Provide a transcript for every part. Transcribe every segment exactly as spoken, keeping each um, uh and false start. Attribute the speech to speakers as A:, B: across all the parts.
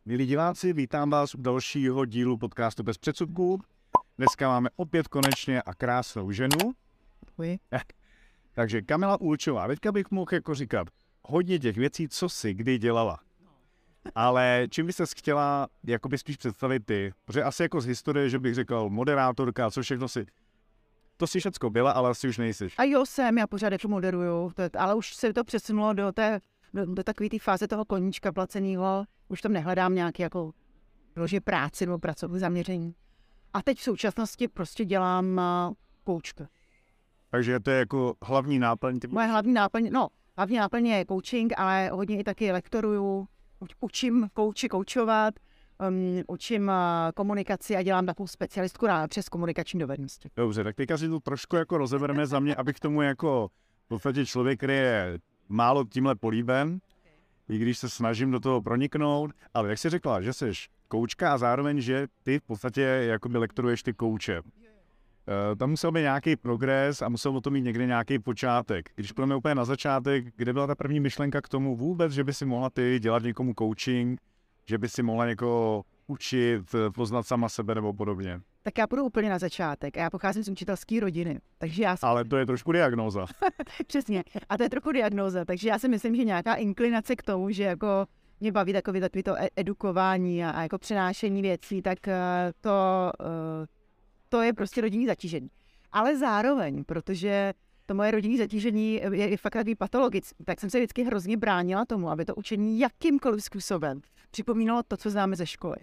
A: Milí diváci, vítám vás u dalšího dílu podcastu Bez předsudků. Dneska máme opět konečně a krásnou ženu.
B: Děkuji.
A: Takže Kamila Úlčová. Teďka bych mohl jako říkat hodně těch věcí, co jsi kdy dělala. Ale čím bys se chtěla jakoby spíš představit ty? Protože asi jako z historie, že bych řekl moderátorka, co všechno si... To si všecko byla, ale asi už nejsiš.
B: A jo, jsem, já pořád jako moderuju, to je, ale už se to přesunulo do té, do, do takové té fáze toho koníčka placeného. Už tam nehledám nějaký jako vložně práci nebo pracovní zaměření. A teď v současnosti prostě dělám uh, koučka.
A: Takže to je jako hlavní náplň. Ty...
B: Moje hlavní náplň, no, hlavní náplň je coaching, ale hodně i taky lektoruju, učím kouči koučovat, um, učím uh, komunikaci a dělám takovou specialistku na přes komunikační dovednosti.
A: Dobře, tak teďka si to trošku jako rozebereme za mě, abych tomu jako v podstatě člověk, který je málo tímhle políben, i když se snažím do toho proniknout, ale jak jsi řekla, že jsi koučka a zároveň, že ty v podstatě jakoby lektoruješ ty kouče. Uh, tam musel být nějaký progres a musel o tom mít někde nějaký počátek. Když půjdeme úplně na začátek, kde byla ta první myšlenka k tomu vůbec, že by si mohla ty dělat někomu coaching, že by si mohla někoho učit, poznat sama sebe nebo podobně.
B: Tak já půjdu úplně na začátek. Já pocházím z učitelské rodiny, takže já...
A: Ale to je trošku diagnóza.
B: Přesně. A to je trochu diagnóza, takže já si myslím, že nějaká inklinace k tomu, že jako mě baví takový, takový to edukování a, a jako přenášení věcí, tak uh, to, uh, to je prostě rodinný zatížení. Ale zároveň, protože to moje rodinné zatížení je, je fakt takový patologický, tak jsem se vždycky hrozně bránila tomu, aby to učení jakýmkoliv způsobem připomínalo to, co známe ze školy.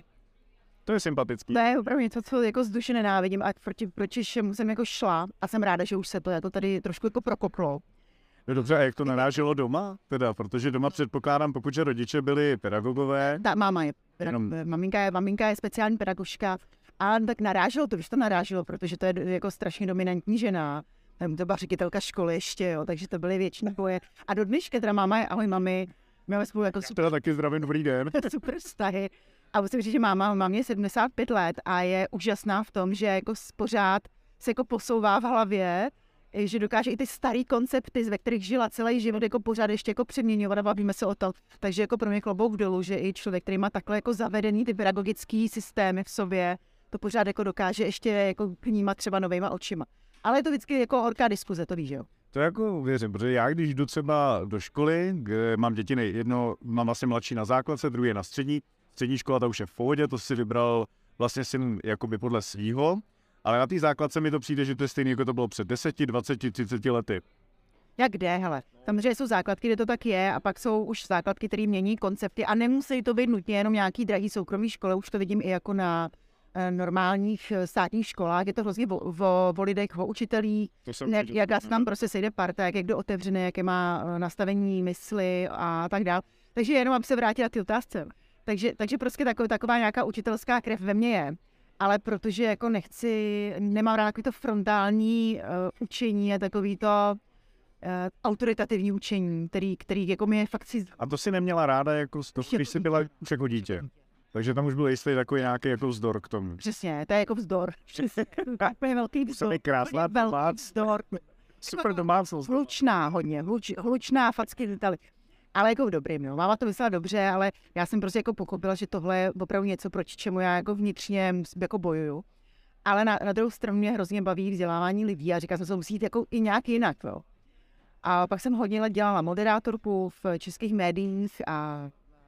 A: To je sympatický.
B: To je opravdu něco, co jako z duše nenávidím a proti, proti čemu jsem jako šla a jsem ráda, že už se to jako tady trošku jako prokoplo.
A: No dobře, a jak to naráželo doma? Teda, protože doma předpokládám, pokud že rodiče byli pedagogové.
B: Ta máma je,
A: Jenom...
B: maminka je, maminka je speciální pedagožka a tak naráželo to, když to naráželo, protože to je jako strašně dominantní žena. To byla ředitelka školy ještě, jo, takže to byly větší boje. A do dneška teda máma je, ahoj mami, máme spolu jako super,
A: teda taky zdravím, dobrý den.
B: super vztahy. A musím říct, že máma, mám je sedmdesát pět let a je úžasná v tom, že jako pořád se jako posouvá v hlavě, že dokáže i ty starý koncepty, ve kterých žila celý život, jako pořád ještě jako přeměňovat a bavíme se o tom. Takže jako pro mě klobouk dolů, že i člověk, který má takhle jako zavedený ty pedagogický systémy v sobě, to pořád jako dokáže ještě jako vnímat třeba novejma očima. Ale je to vždycky jako horká diskuze, to víš, jo.
A: To jako věřím, protože já když jdu třeba do školy, kde mám děti, jedno mám vlastně mladší na základce, druhý je na střední, střední škola ta už je v pohodě, to si vybral vlastně syn jakoby podle svýho, ale na té základce mi to přijde, že to je stejné, jako to bylo před deseti, dvaceti, třiceti lety.
B: Jak kde, hele. Samozřejmě jsou základky, kde to tak je, a pak jsou už základky, které mění koncepty a nemusí to být nutně jenom nějaký drahý soukromý škole, už to vidím i jako na e, normálních státních školách, je to hrozně o, o, o lidech, o učitelích, ne, jak se tam prostě sejde parta, jak je kdo otevřený, jaké má nastavení mysli a tak dále. Takže jenom, aby se vrátila k té otázce. Takže, takže prostě taková, taková nějaká učitelská krev ve mně je. Ale protože jako nechci, nemám rád takový to frontální uh, učení a takový to uh, autoritativní učení, který, který jako mi je fakt si...
A: A to si neměla ráda, jako to, když jsi byla už jako dítě. Takže tam už byl jistý takový nějaký jako vzdor k tomu.
B: Přesně, to je jako vzdor. Takový velký vzdor.
A: To je krásná
B: velký vzdor.
A: Super domácnost.
B: Hlučná hodně, hluč, hlučná, facky detali. Ale jako v dobrým, jo. Máma to myslela dobře, ale já jsem prostě jako pochopila, že tohle je opravdu něco, proti čemu já jako vnitřně jako bojuju. Ale na, na druhou stranu mě hrozně baví vzdělávání lidí a říkala jsem, že to musí jít jako i nějak jinak, jo. A pak jsem hodně let dělala moderátorku v českých médiích a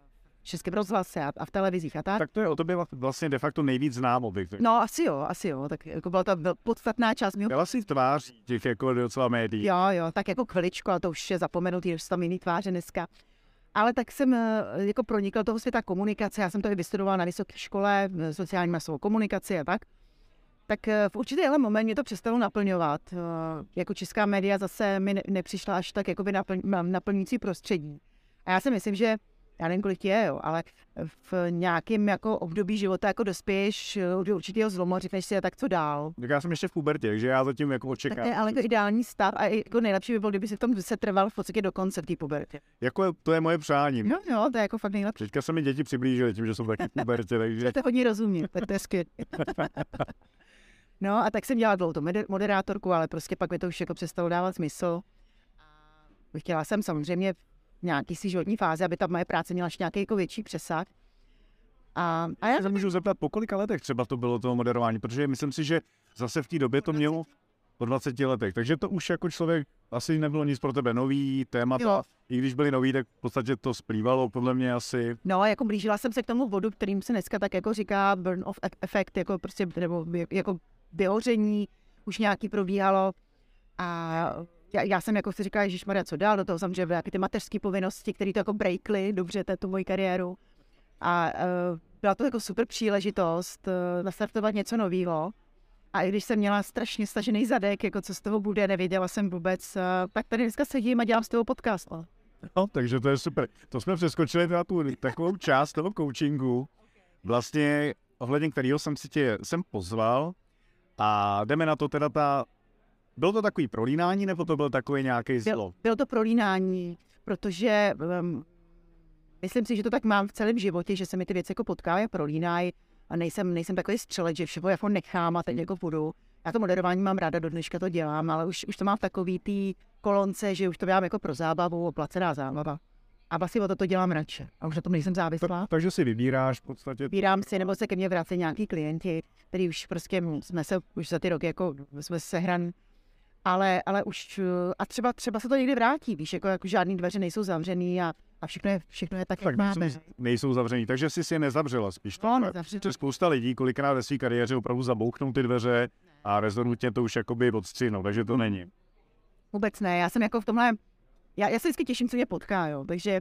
B: v Českém rozhlase a, a v televizích a tak.
A: Tak to je o tobě vlastně de facto nejvíc známo, bych řekl.
B: No asi jo, asi jo, tak jako byla ta podstatná část mého...
A: Byla jsi tvář těch jako docela médií.
B: Jo, jo, tak jako chviličku, ale to už je zapomenutý, že jsou tam jiný tváře dneska. Ale tak jsem jako pronikla toho světa komunikace, já jsem to i vystudovala na vysoké škole, sociální masovou komunikaci a tak. Tak v určitý ale moment mě to přestalo naplňovat. Jako česká média zase mi nepřišla až tak jakoby naplň, naplňující prostředí. A já si myslím, že já nevím, kolik je, jo, ale v nějakém jako období života jako dospěješ do určitého zlomu a řekneš si, tak co dál.
A: Tak já jsem ještě v pubertě, takže já zatím jako očekávám.
B: Tak je ale jako ideální stav a jako nejlepší by bylo, kdyby si v tom se trval v podstatě do konce v té pubertě.
A: Jako to je moje přání.
B: No jo, to je jako fakt nejlepší.
A: Teďka se mi děti přiblížily tím, že jsou taky v pubertě, takže...
B: To je hodně rozumně, tak to je skvělé. No a tak jsem dělala dlouho tu moderátorku, ale prostě pak mi to už jako přestalo dávat smysl. Chtěla jsem samozřejmě nějaký si životní fáze, aby ta moje práce měla ještě nějaký jako větší přesah. A, a já
A: se můžu zeptat, po kolika letech třeba to bylo toho moderování, protože myslím si, že zase v té době to mělo po dvaceti letech, takže to už jako člověk asi nebylo nic pro tebe nový témata, jo. I když byly nový, tak v podstatě to splývalo podle mě asi.
B: No, jako blížila jsem se k tomu bodu, kterým se dneska tak jako říká burn off efekt, jako prostě, nebo jako vyhoření, už nějaký probíhalo a já, já jsem jako si říkala, ježišmarja, co dál, do toho samozřejmě byly ty mateřské povinnosti, které to jako breakly, dobře, tu moji kariéru. A uh, byla to jako super příležitost uh, nastartovat něco nového. A i když jsem měla strašně stažený zadek, jako co z toho bude, nevěděla jsem vůbec, uh, tak tady dneska sedím a dělám z toho podcast. No.
A: No, takže to je super. To jsme přeskočili na tu takovou část toho coachingu, vlastně ohledně kterého jsem si tě sem pozval a jdeme na to teda ta... Bylo to takový prolínání, nebo to byl takový nějaký zlo?
B: Byl, bylo to prolínání, protože um, myslím si, že to tak mám v celém životě, že se mi ty věci jako potkávají a prolínají a nejsem, nejsem takový střelec, že všeho jako nechám a teď jako půjdu. Já to moderování mám ráda, do dneška to dělám, ale už, už to mám v takový tý kolonce, že už to dělám jako pro zábavu, placená zábava. A vlastně o to, to dělám radši. A už na tom nejsem závislá.
A: Tak, takže si vybíráš v podstatě.
B: Vybírám si, nebo se ke mně vrací nějaký klienti, který už prostě jsme se už za ty roky jako jsme sehran. Ale, ale už, a třeba, třeba se to někdy vrátí, víš, jako, jako žádný dveře nejsou zavřený a, a všechno, je, všechno je tak, tak jak máme.
A: Nejsou zavřený, takže jsi si je nezavřela spíš.
B: No, nezavřela.
A: Spousta lidí kolikrát ve své kariéře opravdu zabouchnou ty dveře a rezolutně to už jakoby odstřihnou, takže to není.
B: Vůbec ne, já jsem jako v tomhle, já, já se vždycky těším, co mě potká, jo, takže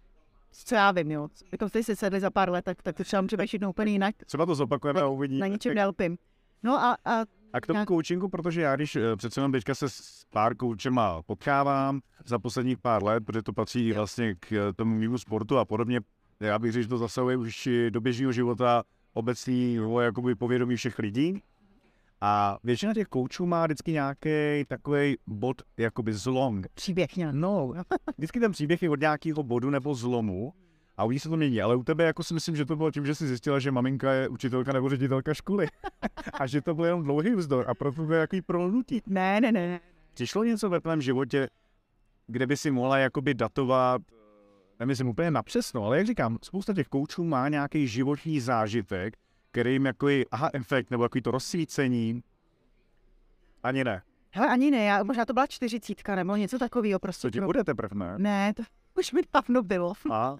B: co já vím, jo, jako jste si sedli za pár let, tak, tak to třeba může být jednou úplně jinak.
A: Třeba to zopakujeme a uvidíme.
B: Na ničem nelpím. No a, a
A: A k tomu coachingu, protože já když přece jenom teďka se s pár coachema potkávám za posledních pár let, protože to patří vlastně k tomu mému sportu a podobně, já bych řekl, že to zasahuje už do běžného života obecného jakoby povědomí všech lidí. A většina těch coachů má vždycky nějaký takový bod jakoby zlom.
B: Příběh, ne?
A: No, vždycky ten příběh je od nějakého bodu nebo zlomu. A u ní se to mění, ale u tebe jako si myslím, že to bylo tím, že jsi zjistila, že maminka je učitelka nebo ředitelka školy. A že to byl jenom dlouhý vzdor a proto to je jaký prolnutí.
B: Ne, ne, ne.
A: Přišlo něco ve tvém životě, kde by si mohla jakoby datovat, nemyslím úplně napřesno, ale jak říkám, spousta těch koučů má nějaký životní zážitek, který jim jako je aha efekt nebo jaký to rozsvícení. Ani ne.
B: Hele, ani ne, já, možná to byla čtyřicítka nebo něco takového prostě.
A: Co ti bude teprve, ne?
B: Ne, to už mi dávno bylo.
A: A?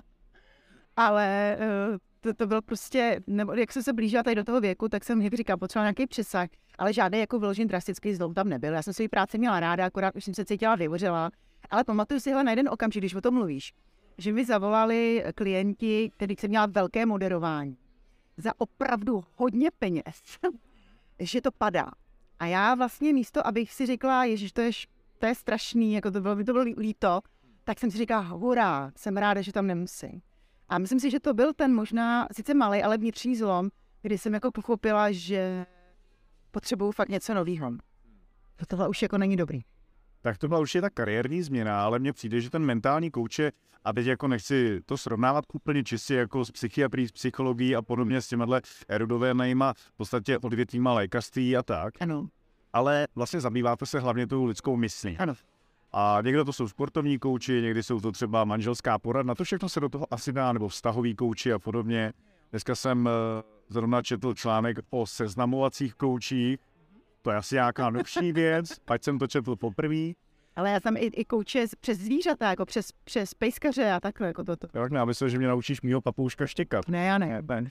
B: Ale uh, to, to bylo prostě, nebo jak jsem se blížila tady do toho věku, tak jsem, jak říkám, potřebovala nějaký přesah, ale žádný jako vyložený drastický zlom tam nebyl. Já jsem svou práci měla ráda, akorát už jsem se cítila vyhořela. Ale pamatuju si hele na jeden okamžik, když o tom mluvíš, že mi zavolali klienti, kteří jsem měla velké moderování za opravdu hodně peněz, že to padá. A já vlastně místo, abych si řekla, ježiš, to je, to je strašný, jako to bylo, by to bylo líto, tak jsem si říkala, hurá, jsem ráda, že tam nemusím. A myslím si, že to byl ten možná, sice malý, ale vnitřní zlom, kdy jsem jako pochopila, že potřebuju fakt něco nového. To tohle už jako není dobrý.
A: Tak to byla určitě ta kariérní změna, ale mně přijde, že ten mentální kouč je, a teď jako nechci to srovnávat úplně čistě jako s psychiatrií, s psychologií a podobně s těmahle erudovanýma v podstatě odvětvíma lékařství a tak.
B: Ano.
A: Ale vlastně zabýváte se hlavně tou lidskou myslí.
B: Ano.
A: A někdo to jsou sportovní kouči, někdy jsou to třeba manželská poradna, to všechno se do toho asi dá, nebo vztahoví kouči a podobně. Dneska jsem uh, zrovna četl článek o seznamovacích koučích, to je asi nějaká novší věc, ať jsem to četl poprvé.
B: Ale já jsem i, i kouče přes zvířata, jako přes, přes pejskaře a takhle, jako toto.
A: Tak já myslím, že mě naučíš mýho papouška štěkat.
B: Ne, já ne.
A: ne.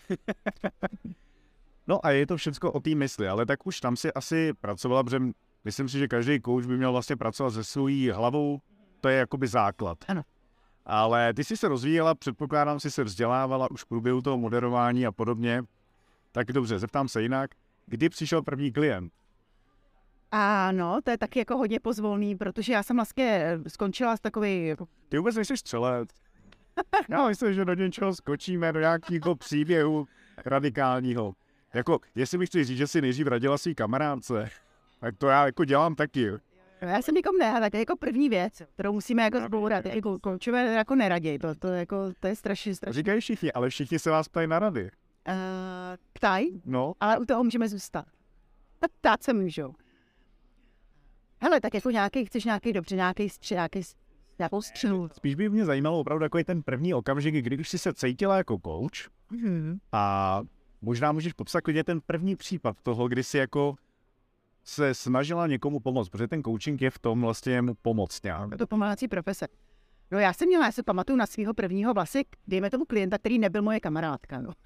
A: No a je to všechno o té mysli, ale tak už tam si asi pracovala, protože myslím si, že každý kouč by měl vlastně pracovat se svojí hlavou, to je jakoby základ.
B: Ano.
A: Ale ty jsi se rozvíjela, předpokládám, si se vzdělávala už v průběhu toho moderování a podobně. Tak dobře, zeptám se jinak, kdy přišel první klient?
B: Ano, to je taky jako hodně pozvolný, protože já jsem vlastně skončila s takový... Jako...
A: Ty vůbec nejsi střelec. No, myslím, že do něčeho skočíme, do nějakého příběhu radikálního. Jako, jestli bych chtěl říct, že si nejdřív radila svý kamarádce, tak to já jako dělám taky.
B: Já jsem nikom ne, tak jako první věc, kterou musíme jako zbourat, jako koučové jako neraděj, to, to, jako, to je strašně, strašně.
A: Říkají všichni, ale všichni se vás ptají na rady.
B: Uh, ptaj,
A: no.
B: Ale u toho můžeme zůstat. Ptát se můžou. Hele, tak jako nějaký, chceš nějaký dobře, nějaký střed, nějaký nějakou střelu.
A: Spíš by mě zajímalo opravdu takový ten první okamžik, kdy už jsi se cítila jako coach
B: Mm-hmm.
A: a možná můžeš popsat klidně ten první případ toho, kdy jsi jako se snažila někomu pomoct, protože ten coaching je v tom vlastně mu pomoct nějak.
B: Je to pomáhací profese. No já jsem měla, já se pamatuju na svého prvního vlastně, dejme tomu klienta, který nebyl moje kamarádka. No.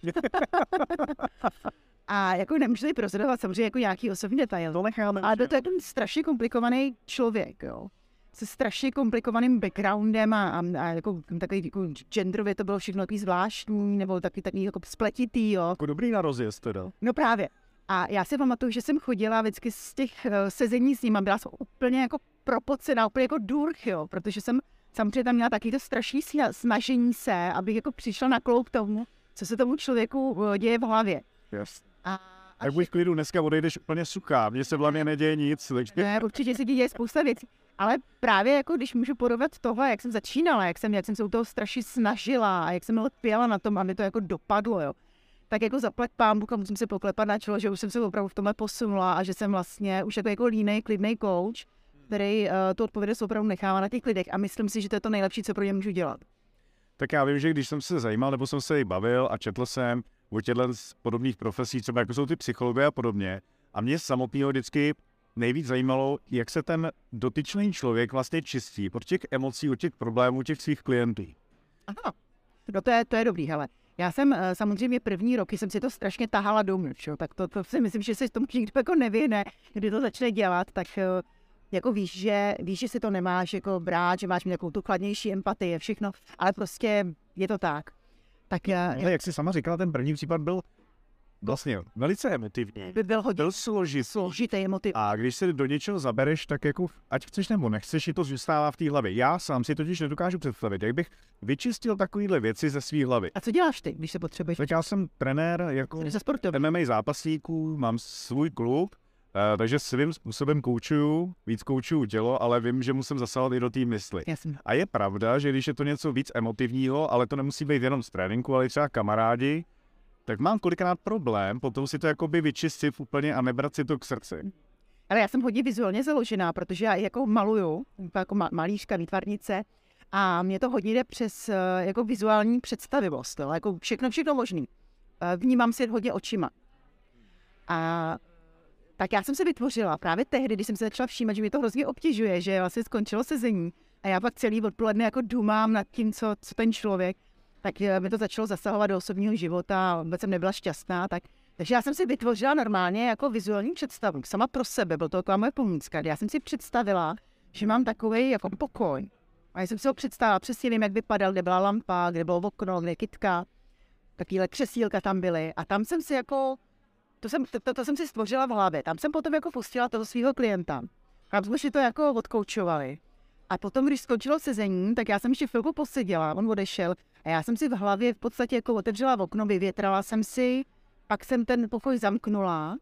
B: A jako nemůžu tady prozradovat samozřejmě jako nějaký osobní detail. A to, to je ten strašně komplikovaný člověk, jo. Se strašně komplikovaným backgroundem a, a, a jako takový jako genderově to bylo všechno takový zvláštní, nebo taky takový jako spletitý, jo.
A: Jako dobrý na rozjezd teda.
B: No právě. A já si pamatuju, že jsem chodila vždycky z těch uh, sezení s ním a byla jsem úplně jako propocená, úplně jako durch, jo, protože jsem samozřejmě tam měla taky to strašné snažení se, abych jako přišla na kloub tomu, co se tomu člověku uh, děje v hlavě.
A: Yes.
B: A, a
A: Jak buď klidu, dneska odejdeš úplně suchá, mně se v hlavě neděje nic. Takže...
B: Ne, určitě se děje spousta věcí. Ale právě jako když můžu porovnat tohle, jak jsem začínala, jak jsem, jak jsem se u toho strašně snažila a jak jsem lpěla na tom, aby to jako dopadlo, jo. Tak jako zaplať pánbůh a musím se poklepat na čelo, že už jsem se opravdu v tomhle posunula a že jsem vlastně už jako, jako línej, klidnej coach, který uh, tu odpovědnost opravdu nechává na těch lidech a myslím si, že to je to nejlepší, co pro ně můžu dělat.
A: Tak já vím, že když jsem se zajímal, nebo jsem se jí bavil a četl jsem o těchto podobných profesí, třeba jako jsou ty psychologové a podobně, a mě samotného vždycky nejvíc zajímalo, jak se ten dotyčný člověk vlastně čistí od těch emocí, od těch problémů těch svých klientů.
B: Aha, no to je, to je dobrý, hele. Já jsem samozřejmě první roky jsem si to strašně tahala domů, čo? Tak to, to si myslím, že se tomu nikdo jako nevyhne, kdy to začne dělat, tak jako víš, že, víš, že si to nemáš jako brát, že máš mít takovou tu chladnější empatii, všechno, ale prostě je to tak. Tak
A: ale jak jsi sama říkala, ten první případ byl vlastně velice emotivní.
B: By byl hodně
A: byl složitý.
B: složitý emotiv.
A: A když se do něčeho zabereš, tak jako ať chceš nebo nechceš, je to zůstává v té hlavě. Já sám si totiž nedokážu představit, jak bych vyčistil takovéhle věci ze své hlavy.
B: A co děláš ty, když se potřebuješ?
A: Tak já jsem trenér jako M M A zápasníků, mám svůj klub, Uh, takže svým způsobem koučuju, víc koučuju tělo, ale vím, že musím zasahovat i do té mysli.
B: Jasně.
A: A je pravda, že když je to něco víc emotivního, ale to nemusí být jenom z tréninku, ale třeba kamarádi, tak mám kolikrát problém potom si to jakoby vyčistit úplně a nebrat si to k srdci.
B: Ale já jsem hodně vizuálně založená, protože já jako maluju, jako malířka, výtvarnice, a mě to hodně jde přes jako vizuální představivost, jo? Jako všechno, všechno možný. Vnímám si hodně očima. A tak já jsem se vytvořila právě tehdy, když jsem se začala všímat, že mi to hrozně obtěžuje, že vlastně skončilo sezení a já pak celý odpoledne jako dumám nad tím, co, co ten člověk, tak mi to začalo zasahovat do osobního života a vůbec jsem nebyla šťastná, tak takže já jsem si vytvořila normálně jako vizuální představu, sama pro sebe, byl to taková moje pomůcka, já jsem si představila, že mám takovej jako pokoj. A já jsem si ho představila, přesně vím, jak vypadal, kde byla lampa, kde bylo okno, kde kytka, takovýhle křesílka tam byly a tam jsem si jako To jsem, to, to jsem si stvořila v hlavě. Tam jsem potom jako pustila toho svého klienta. Tam jsme si to jako odkoučovali. A potom, když skončilo sezení, tak já jsem ještě chvilku poseděla, on odešel. A já jsem si v hlavě v podstatě jako otevřela okno, vyvětrala jsem si, pak jsem ten pokoj zamknula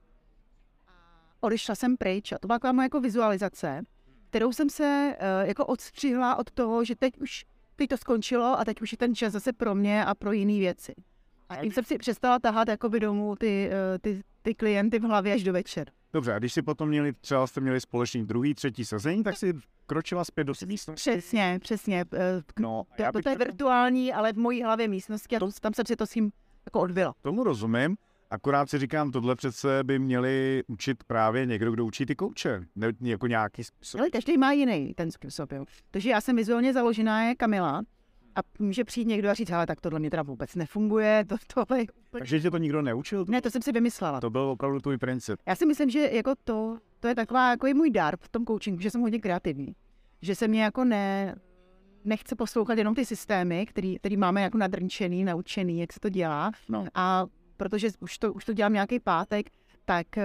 B: a odešla jsem pryč. A to byla taková moje jako vizualizace, kterou jsem se uh, jako odstřihla od toho, že teď už teď to skončilo a teď už je ten čas zase pro mě a pro jiné věci. A tím jsem si přestala tahat jakoby domů ty, ty, ty klienty v hlavě až do večer.
A: Dobře, a když si potom měli, třeba jste měli společný druhý, třetí sezení, tak si kročila zpět do místnosti.
B: Přesně, přesně.
A: No,
B: to, to, to je virtuální, ale v mojí hlavě místnosti a to, tam jsem si to s tím jako odbyla.
A: Tomu rozumím, akorát si říkám, tohle přece by měli učit právě někdo, kdo učí ty kouče, ne jako nějaký způsob.
B: Ale každý má jiný ten způsob, jo. Takže já jsem vizuálně založená je Kamila, a může přijít někdo a říct, ale tak tohle mě teda vůbec nefunguje, to, tohle...
A: Takže tě to nikdo neučil?
B: Ne, to jsem si vymyslela.
A: To byl opravdu tvůj princip.
B: Já si myslím, že jako to, to je taková jako je můj dar v tom coachingu, že jsem hodně kreativní. Že se mě jako ne, nechce poslouchat jenom ty systémy, který, který máme jako nadrnčený, naučený, jak se to dělá.
A: No.
B: A protože už to, už to dělám nějaký pátek, tak uh,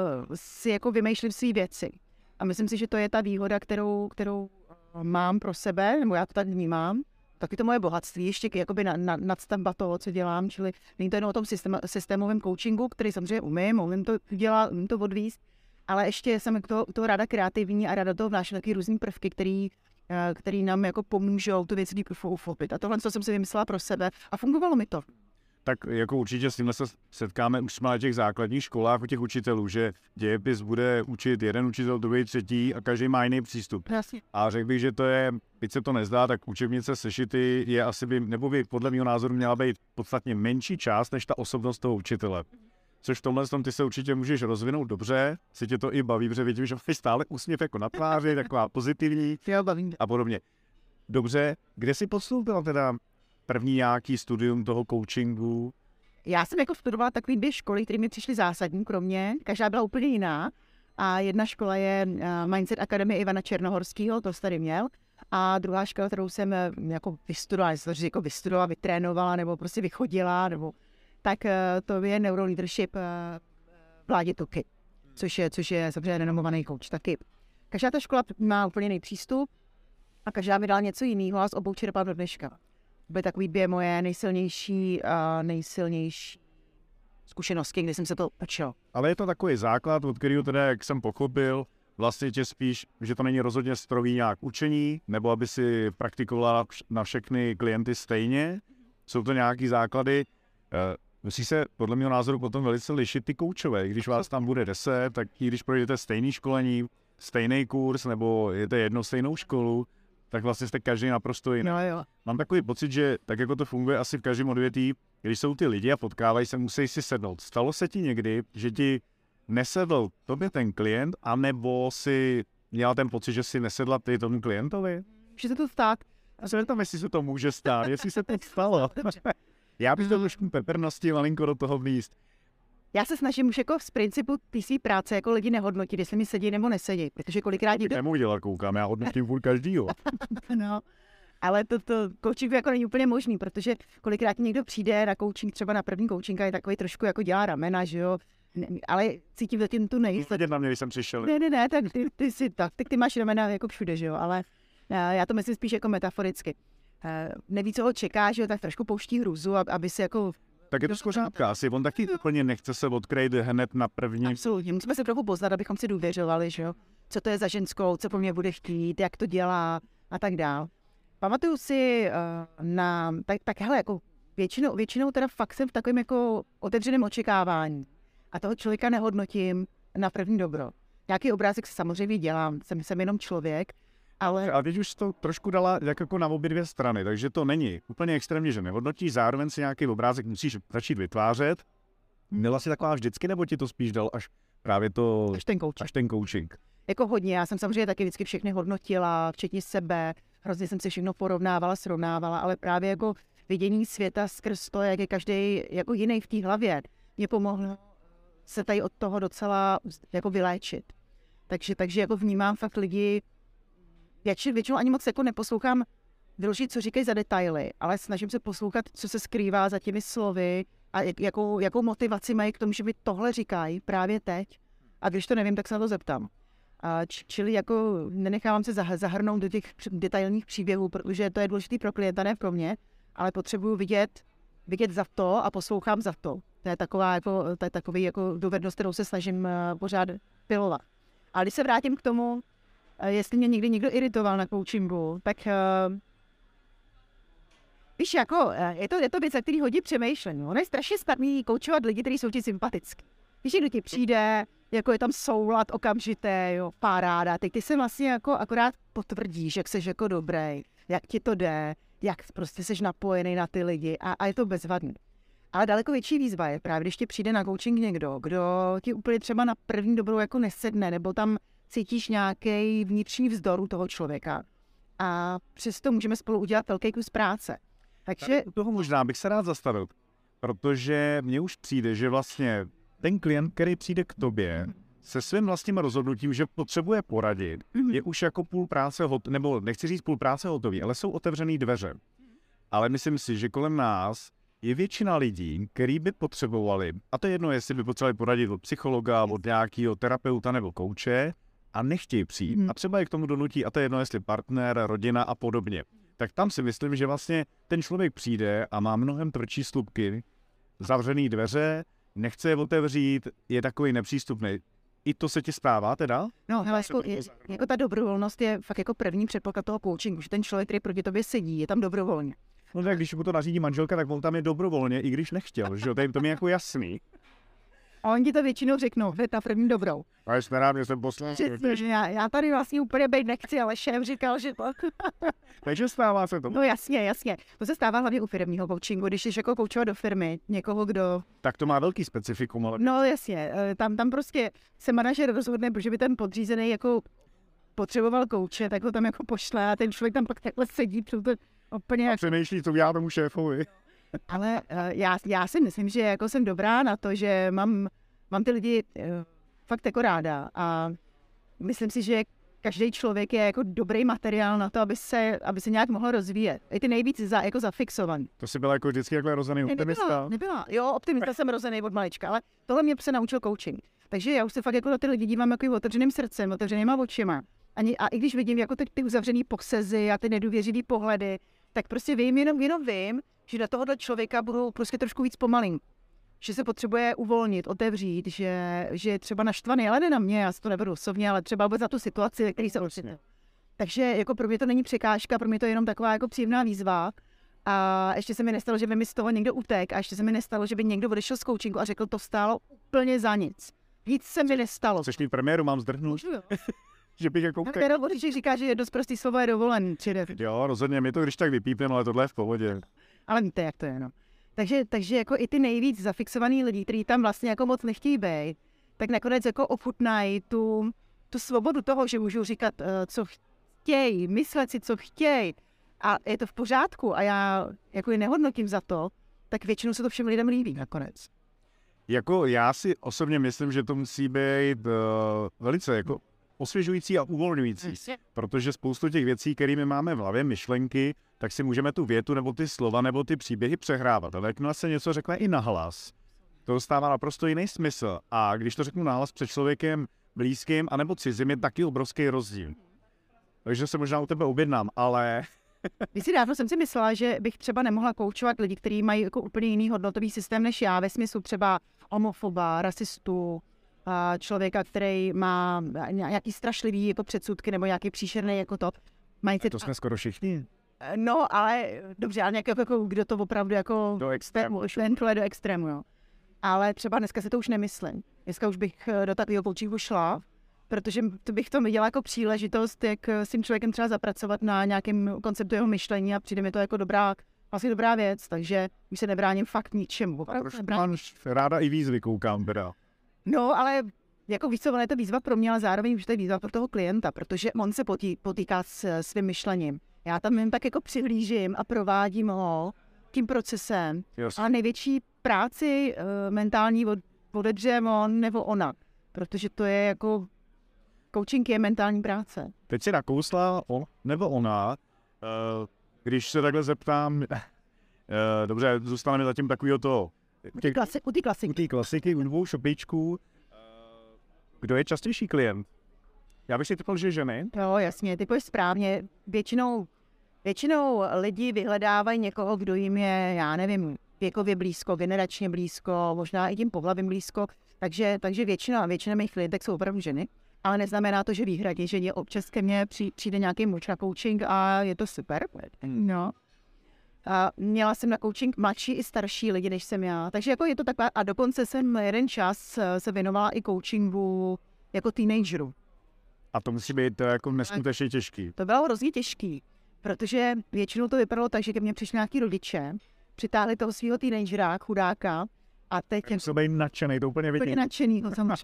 B: si jako vymýšlím své věci. A myslím si, že to je ta výhoda, kterou, kterou mám pro sebe, nebo já to tak vnímám. Taky to moje bohatství, ještě jakoby na, na, nadstavba toho, co dělám, čili není to jenom o tom systém, systémovém coachingu, který samozřejmě umím, umím to dělat, umím to odvíst, ale ještě jsem to, to ráda kreativní a ráda toho vnáším taky různý prvky, který, který nám jako pomůžou tu věc líp uchopit. A tohle, co jsem si vymyslela pro sebe a fungovalo mi to.
A: tak jako určitě s tímhle se setkáme už jsme na těch základních školách u těch učitelů, že dějepis bude učit jeden učitel, druhý, třetí a každý má jiný přístup.
B: Jasně.
A: A řekl bych, že to je, byť se to nezdá, tak učebnice sešity je asi by, nebo by podle mého názoru měla být podstatně menší část než ta osobnost toho učitele. Což v tomhle tom ty se určitě můžeš rozvinout dobře, si tě to i baví, protože vidím, že máš stále úsměv jako na tváři, taková pozitivní
B: Jo, baví.
A: a podobně. Dobře, kde jsi podstoupila teda první nějaký studium toho coachingu?
B: Já jsem jako studovala takové dvě školy, které mi přišly zásadní pro mě. Každá byla úplně jiná. A jedna škola je uh, Mindset Academy Ivana Černohorského, to jsi tady měl. A druhá škola, kterou jsem uh, jako vystudovala, jestli to jako vystudovala, vytrénovala, nebo prostě vychodila, nebo tak uh, to je Neuroleadership uh, Vládě Tuky, což je, což je samozřejmě renomovaný coach taky. Každá ta škola má úplně jiný přístup a každá mi dala něco jiného a z obou čerpám do dneška. Byly takový dvě moje nejsilnější, uh, nejsilnější zkušenosti, kdy jsem se to učil.
A: Ale je to takový základ, od kterého teda, jak jsem pochopil, vlastně tě spíš, že to není rozhodně strojní nějak učení, nebo aby si praktikovala na všechny klienty stejně. Jsou to nějaký základy. Musí se podle mého názoru potom velice lišit ty koučové. Když vás tam bude deset, tak i když projdete stejný školení, stejný kurz, nebo jete jednou stejnou školu, tak vlastně jste každý naprosto jiný.
B: No, jo.
A: Mám takový pocit, že tak jako to funguje asi v každém odvětví, když jsou ty lidi a potkávají se, musí si sednout. Stalo se ti někdy, že ti nesedl tobě ten klient, anebo si měla ten pocit, že si nesedla ty tomu klientovi?
B: Může se to stát.
A: A co tam, jestli se to může stát, jestli se to stalo. Já bych to trošku pepernosti malinko do toho vlízt.
B: Já se snažím už jako z principu té své práce jako lidi nehodnotit, jestli mi sedí nebo nesedí, protože kolikrát někdo...
A: Nemůžu dělat, koukám, já hodnotím furt každýho.
B: No, ale to, to coaching jako není úplně možný, protože kolikrát někdo přijde na coaching, třeba na první coaching a je takový trošku jako dělá ramena, že jo, ne, ale cítím zatím tu nejistotu.
A: Vidět na mě, když jsem přišel.
B: Ne, ne, ne, tak ty, ty si tak, tak ty máš ramena jako všude, že jo, ale já to myslím spíš jako metaforicky. Neví, co ho čeká, že jo, tak trošku pouští hruzu, aby si jako...
A: Tak je to skořápka, asi on taky úplně nechce se odkrýt hned na první.
B: Absolutně, musíme se trochu poznat, abychom si důvěřovali, že jo, co to je za ženskou, co po mně bude chtít, jak to dělá a tak dál. Pamatuju si uh, na, tak, tak hele, jako většinou, většinou teda fakt jsem v takovém jako otevřeném očekávání a toho člověka nehodnotím na první dobro. Nějaký obrázek se samozřejmě dělám, jsem, jsem jenom člověk, ale...
A: A teď už to trošku dala jako na obě dvě strany, takže to není úplně extrémně, že nehodnotíš, zároveň si nějaký obrázek musíš začít vytvářet. Měla si taková vždycky, nebo ti to spíš dal až právě to...
B: Až ten coaching.
A: Až ten coaching.
B: Jako hodně, já jsem samozřejmě taky vždycky všechny hodnotila, včetně sebe, hrozně jsem si všechno porovnávala, srovnávala, ale právě jako vidění světa skrz to, jak je každý jako jiný v té hlavě, mě pomohlo se tady od toho docela jako vyléčit. Takže, takže jako vnímám fakt lidi, většinou, většinou ani moc jako neposlouchám vyložit, co říkají za detaily, ale snažím se poslouchat, co se skrývá za těmi slovy a jakou, jakou motivaci mají k tomu, že mi tohle říkají právě teď. A když to nevím, tak se na to zeptám. A č- čili jako nenechávám se zah- zahrnout do těch detailních příběhů, protože to je důležitý pro klienta, ne pro mě, ale potřebuju vidět, vidět za to a poslouchám za to. To je taková jako, to je takový jako dovednost, kterou se snažím uh, pořád pilovat. A když se vrátím k tomu, uh, jestli mě někdy někdo iritoval na coachingu, tak uh, víš, jako, uh, je, to, je to věc, za který hodí přemýšlení. Ono je strašně snadný koučovat lidi, kteří jsou ti sympatický. Když někdo ti přijde, jako je tam soulad okamžité, jo, paráda, teď ty se vlastně jako akorát potvrdíš, jak seš jako dobrý, jak ti to jde, jak prostě seš napojený na ty lidi a, a je to bezvadný. Ale daleko větší výzva je právě, když ti přijde na coaching někdo, kdo ti úplně třeba na první dobrou jako nesedne, nebo tam cítíš nějaký vnitřní vzdor u toho člověka. A přesto můžeme spolu udělat velký kus práce. Takže...
A: U toho možná bych se rád zastavil, protože mně už přijde, že vlastně ten klient, který přijde k tobě se svým vlastním rozhodnutím, že potřebuje poradit, mm-hmm. je už jako půl práce hotový, nebo nechci říct půl práce hotový, ale jsou otevřený dveře. Ale myslím si, že kolem nás je většina lidí, který by potřebovali, a to je jedno, jestli by potřebovali poradit od psychologa, od nějakého terapeuta nebo kouče, a nechtějí přijít. Mm-hmm. A třeba je k tomu donutí, a to je jedno, jestli partner, rodina a podobně. Tak tam si myslím, že vlastně ten člověk přijde a má mnohem tvrdší slupky, zavřený dveře, nechce je otevřít, je takový nepřístupný. I to se ti stává teda?
B: No, hele, jako, je, jako ta dobrovolnost je fakt jako první předpoklad toho coachingu, že ten člověk, který proti tobě sedí, je tam dobrovolně.
A: No tak když mu to nařídí manželka, tak on tam je dobrovolně, i když nechtěl, že jo, to je jako jasný.
B: A oni ti to většinou řeknou, hned na první dobrou.
A: A jsem rád, že jsem poslal.
B: Já, já tady vlastně úplně být nechci, ale šéf říkal, že to...
A: Takže stává se to.
B: No jasně, jasně. To se stává hlavně u firmního coachingu, když jdeš jako coachovat do firmy, někoho, kdo...
A: Tak to má velký specifikum, ale...
B: No jasně, tam, tam prostě se manažer rozhodne, protože by ten podřízený jako potřeboval kouče, tak ho tam jako pošle a ten člověk tam pak takhle sedí, to úplně
A: a
B: jako...
A: přemýšlí, co udělá tomu šéfovi.
B: Ale uh, já, já si myslím, že jako jsem dobrá na to, že mám, mám ty lidi uh, fakt jako ráda a myslím si, že každý člověk je jako dobrý materiál na to, aby se, aby se nějak mohl rozvíjet. I ty nejvíc za, jako zafixovaný.
A: To si byla jako vždycky jako rozený optimista.
B: Nebyla, nebyla. Jo, optimista jsem rozený od malička, ale tohle mě se naučil coaching. Takže já už se fakt jako na ty lidi dívám jako otevřeným srdcem, otevřenýma očima. Ani, a i když vidím jako teď ty uzavřený posezy a ty nedůvěřivý pohledy, tak prostě vím, jenom, jenom vím, že na tohohle člověka budu prostě trošku víc pomalým. Že se potřebuje uvolnit, otevřít, že, že je třeba naštvaný, ale ne na mě, já si to neberu osobně, ale třeba vůbec na tu situaci, ve které se ocitne. Takže jako pro mě to není překážka, pro mě to je jenom taková jako příjemná výzva. A ještě se mi nestalo, že by mi z toho někdo utek a ještě se mi nestalo, že by někdo odešel z coachingu a řekl, to stálo úplně za nic. Nic se mi nestalo.
A: Chceš mít premiéru, mám zdrhnout? Že bych jako...
B: Premiéru vodiček říká, že je dost prostý slovo je dovolen.
A: Jo, rozhodně, mi to když tak vypípnem, ale tohle je v pohodě.
B: Ale víte, jak to je, no. Takže, takže jako i ty nejvíc zafixovaný lidi, kteří tam vlastně jako moc nechtějí být, tak nakonec jako ochutnají tu, tu svobodu toho, že můžou říkat, uh, co chtějí, myslet si, co chtějí. A je to v pořádku a já jako je nehodnotím za to, tak většinou se to všem lidem líbí nakonec.
A: Jako já si osobně myslím, že to musí být uh, velice jako osvěžující a uvolňující, protože spoustu těch věcí, kterými máme v hlavě, myšlenky, tak si můžeme tu větu nebo ty slova nebo ty příběhy přehrávat. Ale jakmile se něco řekne i nahlas, to dostává naprosto jiný smysl. A když to řeknu nahlas před člověkem blízkým anebo cizím, je taky obrovský rozdíl. Takže se možná u tebe objednám, ale...
B: Když si dávno jsem si myslela, že bych třeba nemohla koučovat lidi, kteří mají jako úplně jiný hodnotový systém než já, ve smyslu třeba homofoba, rasistů, člověka, který má nějaký strašlivý jako předsudky nebo nějaký příšerný jako to. Mají
A: to jsme skoro všichni.
B: No, ale dobře, ale nějaký jako, kdo to opravdu jako...
A: Do extrému.
B: Šventluje do extrému, jo. Ale třeba dneska si to už nemyslím. Dneska už bych do takového coachingu šla, protože to bych to viděla jako příležitost, jak s tím člověkem třeba zapracovat na nějakém konceptu jeho myšlení a přijde mi to jako dobrá, vlastně dobrá věc, takže už se nebráním fakt ničemu.
A: Trošku mám ráda i výzvy, koukám teda.
B: No, ale jako víc co, je to výzva pro mě, ale zároveň už to je výzva pro toho klienta, protože on se potí, potýká s svým myšlením. Já tam jen tak jako přihlížím a provádím ho tím procesem. Yes. A největší práci uh, mentální od, odedře on nebo ona, protože to je jako, coaching je mentální práce.
A: Teď si nakousla on nebo ona, uh, když se takhle zeptám, uh, dobře, zůstaneme zatím takovýho toho.
B: U té klasi- klasiky.
A: U té klasiky, u dvou šopičků. Kdo je častější klient? Já bych si typl, že ženy.
B: Jo, jasně, typuješ správně. Většinou, většinou lidi vyhledávají někoho, kdo jim je, já nevím, věkově blízko, generačně blízko, možná i tím pohlavím blízko. Takže, takže většina, většina mých klientek jsou opravdu ženy. Ale neznamená to, že výhradně, že občas ke mně přijde nějaký muž na coaching a je to super. No. A měla jsem na coaching mladší i starší lidi, než jsem já. Takže jako je to taková, a dokonce jsem jeden čas se věnovala i coachingu jako teenageru.
A: A to musí být jako neskutečně těžký.
B: To bylo hrozně těžký, protože většinou to vypadalo tak, že ke mně přišli nějaký rodiče, přitáhli toho svého teenagera, chudáka, a teď...
A: Musel být nadšený, to úplně vidím.
B: Úplně nadšený, to jsem...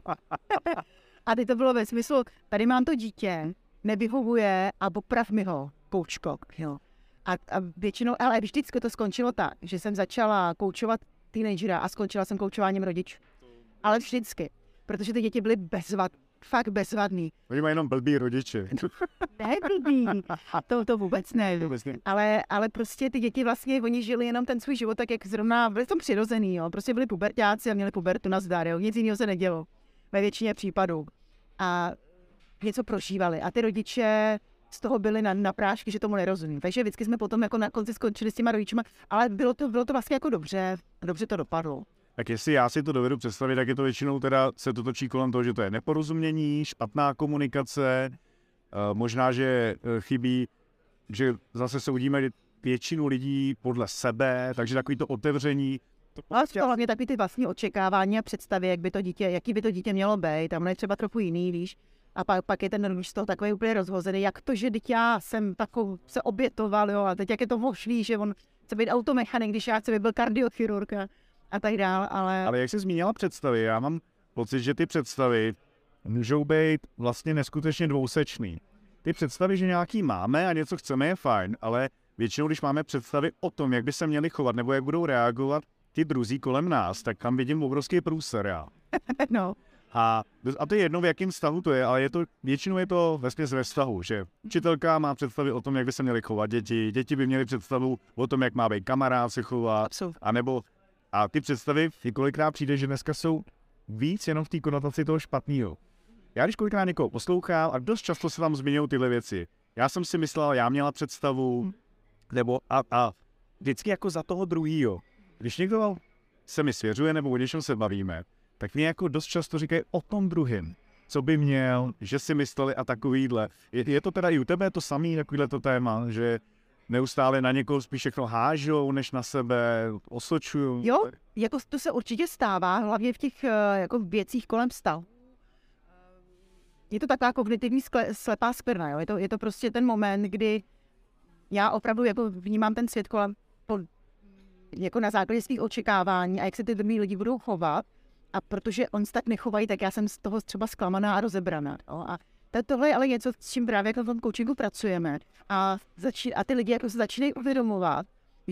B: A teď to bylo ve smyslu, tady mám to dítě, nevyhovuje a poprav mi ho, koučko, jo. A, a většinou, ale vždycky to skončilo tak, že jsem začala koučovat teenagera a skončila jsem koučováním rodičů. Ale vždycky, protože ty děti byly bezvad, fakt bezvadný.
A: Oni mají jenom blbý rodiče.
B: Ne blbý, to, to vůbec ne. Ale, ale prostě ty děti vlastně, oni žili jenom ten svůj život tak, jak zrovna byli tom přirozený, jo. Prostě byli puberťáci a měli pubertu nazdar, jo. Nic jiného se nedělo. Ve většině případů. A něco prožívali. A ty rodiče z toho byli na, na prášky, že tomu nerozumí. Takže vždycky jsme potom jako na konci skončili s těma rodičima, ale bylo to, bylo to vlastně jako dobře, dobře to dopadlo.
A: Tak jestli já si to dovedu představit, tak je to většinou teda se to točí kolem toho, že to je neporozumění, špatná komunikace, možná, že chybí, že zase soudíme většinu lidí podle sebe, takže takový to otevření.
B: To ale to hlavně takový ty vlastní očekávání a představy, jak by to dítě, jaký by to dítě mělo být, tam je třeba trochu jiný, víš. A pak, pak je ten rodič z toho takový úplně rozhozený, jak to, že teď já jsem takovou se obětoval, jo, a teď jak je to možný, že on chce být automechanik, když já chci být byl kardiochirurg a, a tak dál, ale...
A: Ale jak jsi zmínila představy, já mám pocit, že ty představy můžou být vlastně neskutečně dvousečný. Ty představy, že nějaký máme a něco chceme, je fajn, ale většinou, když máme představy o tom, jak by se měli chovat nebo jak budou reagovat ti druzí kolem nás, tak tam vidím obrovský průser já.
B: No.
A: A, a to je jedno, v jakém stavu to je, ale je to, většinou je to vesměs ve vztahu, že učitelka má představy o tom, jak by se měly chovat děti, děti by měly představu o tom, jak má být kamarád se chovat, a nebo a ty představy, kolikrát přijde, že dneska jsou víc jenom v té konotaci toho špatného. Já když kolikrát někoho poslouchám a dost často se tam zmiňují tyhle věci. Já jsem si myslel, já měla představu, nebo a, a vždycky jako za toho druhýho. Když někdo se mi svěřuje nebo o něčem se bavíme, tak mě jako dost často říkají o tom druhým, co by měl, že si mysleli a takovýhle. Je, je to teda i u tebe to samý, takovýhle to téma, že neustále na někoho spíš všechno hážou, než na sebe osočují?
B: Jo, jako to se určitě stává, hlavně v těch jako věcích kolem stavu. Je to taková kognitivní skle, slepá skvrna, jo? Je to, je to prostě ten moment, kdy já opravdu jako vnímám ten svět kolem po, jako na základě svých očekávání a jak se ty druhý lidi budou chovat. A protože oni se tak nechovají, tak já jsem z toho třeba zklamaná a rozebraná. Jo? A tohle je ale něco, s čím právě jako v tom coachingu pracujeme. A, začí, a ty lidi jako se začínají uvědomovat,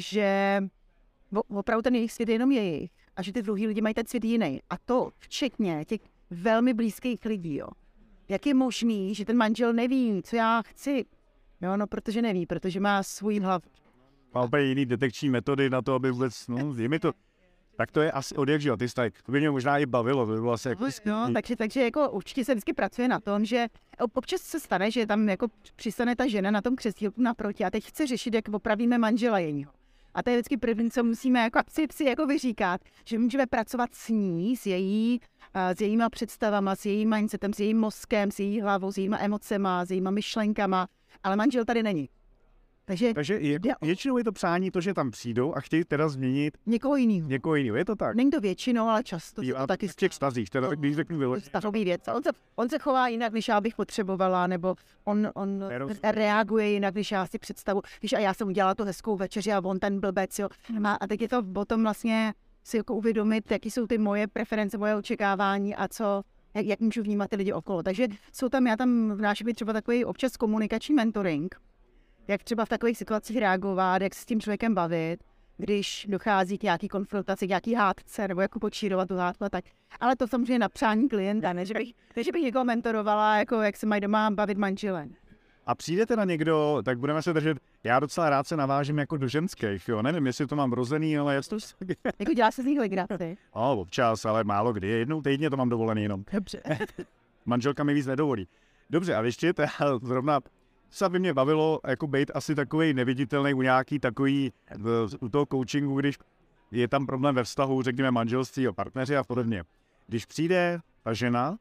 B: že opravdu ten jejich svět je jenom jejich a že ty druhý lidi mají ten svět jiný. A to včetně těch velmi blízkých lidí. Jo? Jak je možný, že ten manžel neví, co já chci? Jo, no, protože neví, protože má svůj hlav.
A: Má úplně jiný detekční metody na to, aby vůbec, no, je mi to... Tak to je asi odjak, že jo, ty staj. To by mě možná i bavilo, to by bylo asi jako...
B: No, takže, takže jako určitě se vždycky pracuje na tom, že občas se stane, že tam jako přistane ta žena na tom křesílku naproti a teď chce řešit, jak opravíme manžela jejího. A to je vždycky první, co musíme jako si, si jako vyříkat, že můžeme pracovat s ní, s, její, s jejíma představama, s jejím mindsetem, s jejím mozkem, s její hlavou, s jejíma emocema, s jejíma myšlenkama, ale manžel tady není. Takže,
A: Takže je, většinou je to přání to, že tam přijdou a chtějí teda změnit
B: někoho jiného.
A: Někoho jiného, je to tak?
B: Není to většinou, ale často.
A: Jo, a taky v těch vztazích, teda když řeknu vyložit.
B: Vztahový věc. On se, on se chová jinak, než já bych potřebovala, nebo on, on reaguje jinak, než já si představu. Víš, a já jsem udělala tu hezkou večeři a on ten blbec, jo. A, a teď je to o tom vlastně si jako uvědomit, jaký jsou ty moje preference, moje očekávání a co, jak, jak můžu vnímat ty lidi okolo. Takže jsou tam, já tam vnáším být třeba takový občas komunikační mentoring, jak třeba v takových situacích reagovat, jak se s tím člověkem bavit, když dochází k nějaký konfrontaci, k nějaký hádce, nebo jako počírovat tu hádku a tak. Ale to samozřejmě na přání klienta, ne, že bych, ne, že bych někoho mentorovala, jako jak se mají doma bavit manželé.
A: A přijde teda někdo, tak budeme se držet, já docela rád se navážím jako do ženských, jo, nevím, jestli to mám rozený, ale já to...
B: Jako dělá se z nich legraci.
A: No, občas, ale málo kdy, jednou týdně to mám dovolený jenom.
B: Dobře.
A: Manželka mi víc nedovolí. Dobře, a ještě to zrovna... Se by mě bavilo jako být asi takový neviditelný u nějaký takový, u toho coachingu, když je tam problém ve vztahu, řekněme manželství a partneři a podobně. Když přijde ta žena,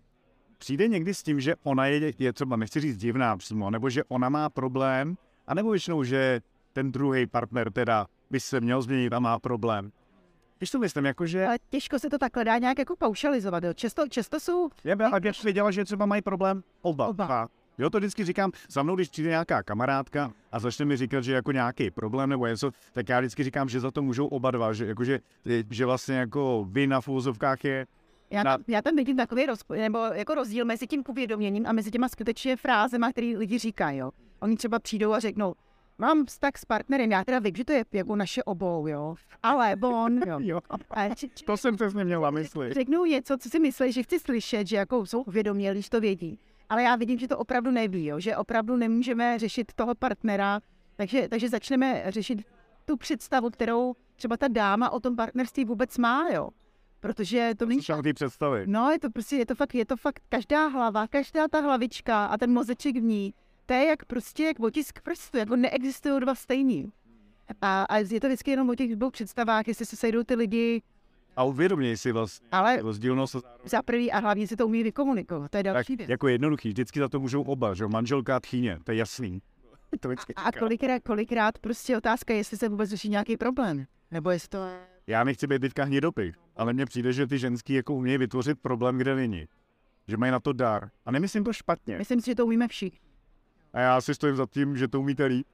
A: přijde někdy s tím, že ona je, je třeba, nechci říct divná přímo, nebo že ona má problém, anebo většinou, že ten druhý partner teda by se měl změnit a má problém. Když to myslím, jakože...
B: Ale těžko se to takhle dá nějak jako paušalizovat, jo. Často, často jsou...
A: Já bych věděla, že třeba mají problém oba. oba. Jo, to vždycky říkám, za mnou, když přijde nějaká kamarádka a začne mi říkat, že jako nějaký problém nebo něco, tak já vždycky říkám, že za to můžou oba dva, že, jakože, že vlastně jako vina v úvozovkách je...
B: Já, na... já tam vidím takový roz, nebo jako rozdíl mezi tím uvědoměním a mezi těma skutečně frázema, které lidi říkají, jo. Oni třeba přijdou a řeknou, mám vztah s partnerem, já teda vím, že to je jako naše obou, jo, ale on, jo.
A: jo. A či, či, to jsem přesně měla myslet.
B: Řeknou něco, co si myslí, že chci slyšet, že jako jsou uvědomělí, když to vědí. Ale já vidím, že to opravdu neví, jo? Že opravdu nemůžeme řešit toho partnera, takže, takže začneme řešit tu představu, kterou třeba ta dáma o tom partnerství vůbec má, jo. Protože to není...
A: ty představy.
B: No, je to prostě, je to fakt, je to fakt každá hlava, každá ta hlavička a ten mozeček v ní, to je jak prostě, jak otisk prstu, jako neexistují dva stejní. A, a je to vždycky jenom o těch dvou představách, jestli se sejdou ty lidi.
A: A uvědoměj si vlastně
B: ale
A: rozdílnost.
B: Za prvý a hlavně si to umí vykomunikovat, to je další
A: tak
B: věc.
A: Jako jednoduchý, vždycky za to můžou oba, že manželka a tchýně, to je jasný. To vždycky
B: A kolikrát, kolikrát prostě otázka, jestli se vůbec řeší nějaký problém. Nebo jestli to je...
A: Já nechci být teďka hnidopich, ale mně přijde, že ty ženský jako umějí vytvořit problém, kde není. Že mají na to dar. A nemyslím to špatně.
B: Myslím si, že to umíme všichni.
A: A já si stojím za tím, že to umíte líp.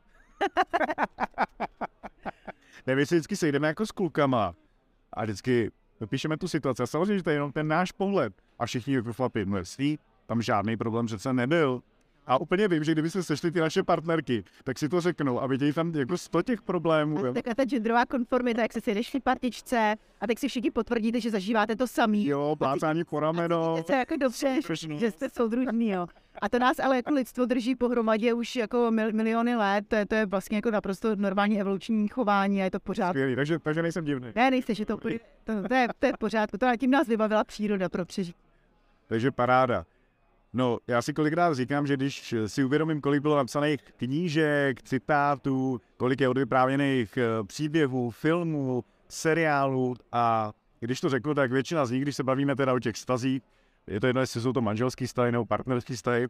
A: Ne, my si vždycky sejdeme jako s klukama a vždycky píšeme tu situaci. A samozřejmě, že to je jenom ten náš pohled. A všichni jako chlapi, no jestli tam žádný problém přece nebyl. A úplně vím, že kdyby se sešly ty naše partnerky, tak si to řeknou a vidějí tam jako sto těch problémů.
B: A taková ta genderová konformita, jak se sejdeš v partičce a tak si všichni potvrdíte, že zažíváte to samý.
A: Jo, plácání po rameno.
B: Je to jako dobře, že jste soudružní, jo. A to nás ale jako lidstvo drží pohromadě už jako mil, miliony let, to je, to je vlastně jako naprosto normální evoluční chování a je to v pořádku.
A: Skvělý, takže, takže nejsem divný.
B: Ne, nejste, že to, to, to, je, to je v pořádku, to tím nás vybavila příroda pro přežití.
A: Takže paráda. No, já si kolikrát říkám, že když si uvědomím, kolik bylo napsaných knížek, citátů, kolik je odvyprávěných příběhů, filmů, seriálů a když to řeknu, tak většina z nich, když se bavíme teda o těch vztazích, je to jedno, jestli jsou to manželský vztahy nebo partnerský vztahy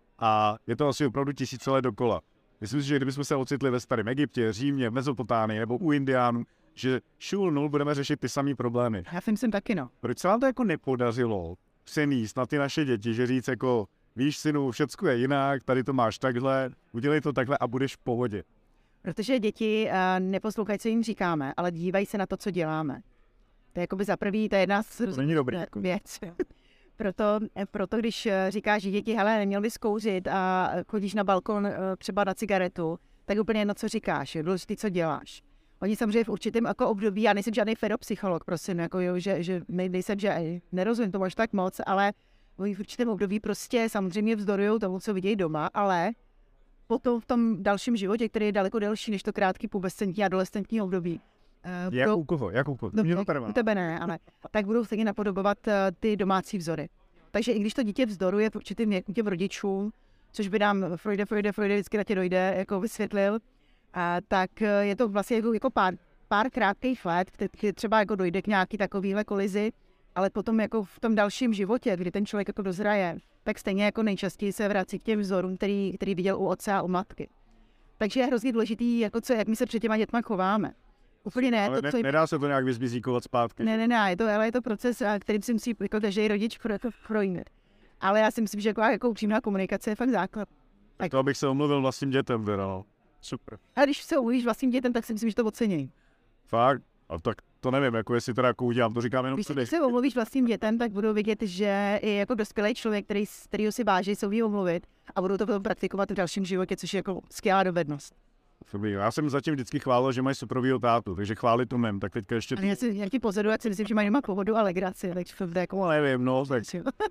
A: a je to asi opravdu tisíce let dokola. Myslím si, že kdybychom se ocitli ve starém Egyptě, Římě, Mezopotánii nebo u Indiánů, že šul nul budeme řešit ty samé problémy.
B: Já si myslím taky, no.
A: Proč se vám to jako nepodařilo přenést na ty naše děti, že říct jako, víš synu, všecko je jinak, tady to máš takhle, udělej to takhle a budeš v pohodě.
B: Protože děti uh, neposlouchají, co jim říkáme, ale dívají se na to, co děláme. To je jakoby za prvý, to je jedna z
A: to není dobrý.
B: věc. Proto, proto, když říkáš děti, hele, neměl bys kouřit a chodíš na balkon třeba na cigaretu, tak úplně jedno, co říkáš, je důležité, co děláš. Oni samozřejmě v určitém jako období, já nejsem žádný pedopsycholog, prosím, jako jo, že, že nejsem, že nerozumím tomu až tak moc, ale oni v určitém období prostě samozřejmě vzdorují tomu, co vidějí doma, ale potom v tom dalším životě, který je daleko delší než to krátký pubescentní adolescentní období.
A: Uh, jak pro... u koho? Jak u koho?
B: No, u tebe ne, ale tak budou stejně napodobovat uh, ty domácí vzory. Takže i když to dítě vzdoruje v určitým věku těm rodičům, což by nám Freude, Freude, Freude vždycky na tě dojde, jako vysvětlil, a tak je to vlastně jako, jako pár, pár krátkých let, kdy třeba jako dojde k nějaký takovýhle kolizi, ale potom jako v tom dalším životě, kdy ten člověk jako dozraje, tak stejně jako nejčastěji se vrací k těm vzorům, který, který viděl u otce a u matky. Takže je hrozně důležitý, jako co, jak my se před těma dětma chováme. Úplně ne.
A: Ale
B: to,
A: ne,
B: co jim...
A: nedá se to nějak vyzbizíkovat zpátky.
B: Ne, ne, ne, je to, ale je to proces, kterým si musí jako každý rodič projít. Ale já si myslím, že jako, jako upřímná komunikace je fakt základ.
A: Tak to abych se omluvil vlastním dětem, teda no. Super.
B: A když se umluvíš vlastním dětem, tak si myslím, že to ocení.
A: Fakt? A tak to nevím, jako jestli teda jako udělám, to říkám jenom
B: když se omluvíš vlastním dětem, tak budou vidět, že i jako dospělý člověk, který, kterýho si váží, se umí omluvit a budou to potom praktikovat v dalším životě, což je jako skvělá dovednost.
A: Já jsem zatím vždycky chválil, že mají superovýho tátu, takže chválit to mém, tak teďka ještě...
B: Ale já, si, já ti pozoru, jak si myslím, že mají doma pohodu a legraci, takže to jako...
A: No nevím, no, tak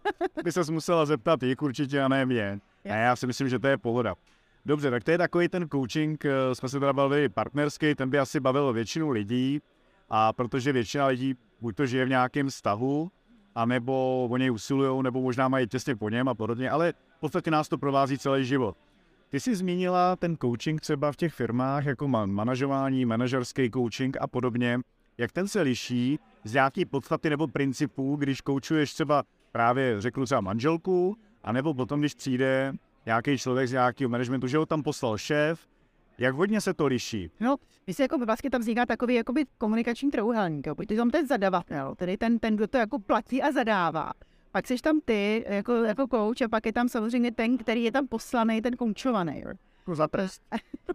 A: by ses musela zeptat jich určitě a ne mě. A já si myslím, že to je pohoda. Dobře, tak to je takový ten coaching, jsme se teda bavili partnerský, ten by asi bavil většinu lidí, a protože většina lidí buď to žije v nějakém vztahu, anebo o něj usilujou, nebo možná mají těsně po něm a podobně, ale v podstatě nás to provází celý život. Ty jsi zmínila ten coaching třeba v těch firmách, jako manažování, manažerský coaching a podobně. Jak ten se liší z nějaký podstaty nebo principů, když koučuješ třeba právě, řeknu třeba manželku, anebo potom, když přijde nějaký člověk z nějakého managementu, že ho tam poslal šéf, jak hodně se to liší?
B: No, myslím, jako vlastně tam vzniká takový jakoby komunikační trouhelník, protože tam ten zadavatel, tedy ten, ten, kdo to jako platí a zadává. Pak jsi tam ty, jako, jako coach, a pak je tam samozřejmě ten, který je tam poslaný, ten koučovaný.
A: Jako za trest.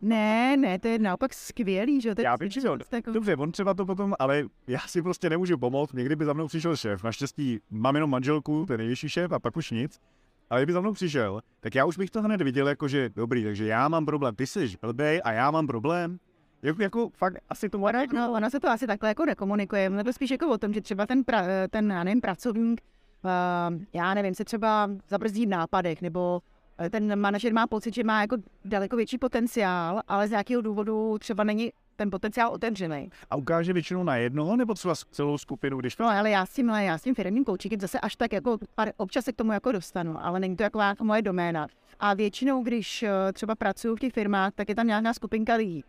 B: Ne, ne, to je naopak skvělý, že?
A: Já vím, že jako... Dobře, on třeba to potom, ale já si prostě nemůžu pomoct. Někdy by za mnou přišel šéf, naštěstí mám jenom manželku, ten nejvyšší šéf, a pak už nic. Ale kdyby za mnou přišel, tak já už bych to hned viděl, jakože dobrý, takže já mám problém, ty jsi blbej a já mám problém. Jako, jako fakt asi to...
B: Ono, no, ono se to asi takhle jako nekomunikuje, ono to spíš jako o tom, že třeba ten, pra, ten já nevím, pracovník, uh, já nevím, se třeba zabrzdí v nápadech, nebo ten manažer má pocit, že má jako daleko větší potenciál, ale z nějakého důvodu třeba není ten potenciál otevřený.
A: A ukáže většinou na jednoho, nebo třeba celou skupinu, když...
B: No, ale já s tím, já s tím firemním coachingem zase až tak jako, občas se k tomu jako dostanu, ale není to jako, jako moje doména. A většinou, když třeba pracuji v těch firmách, tak je tam nějaká skupinka lidí.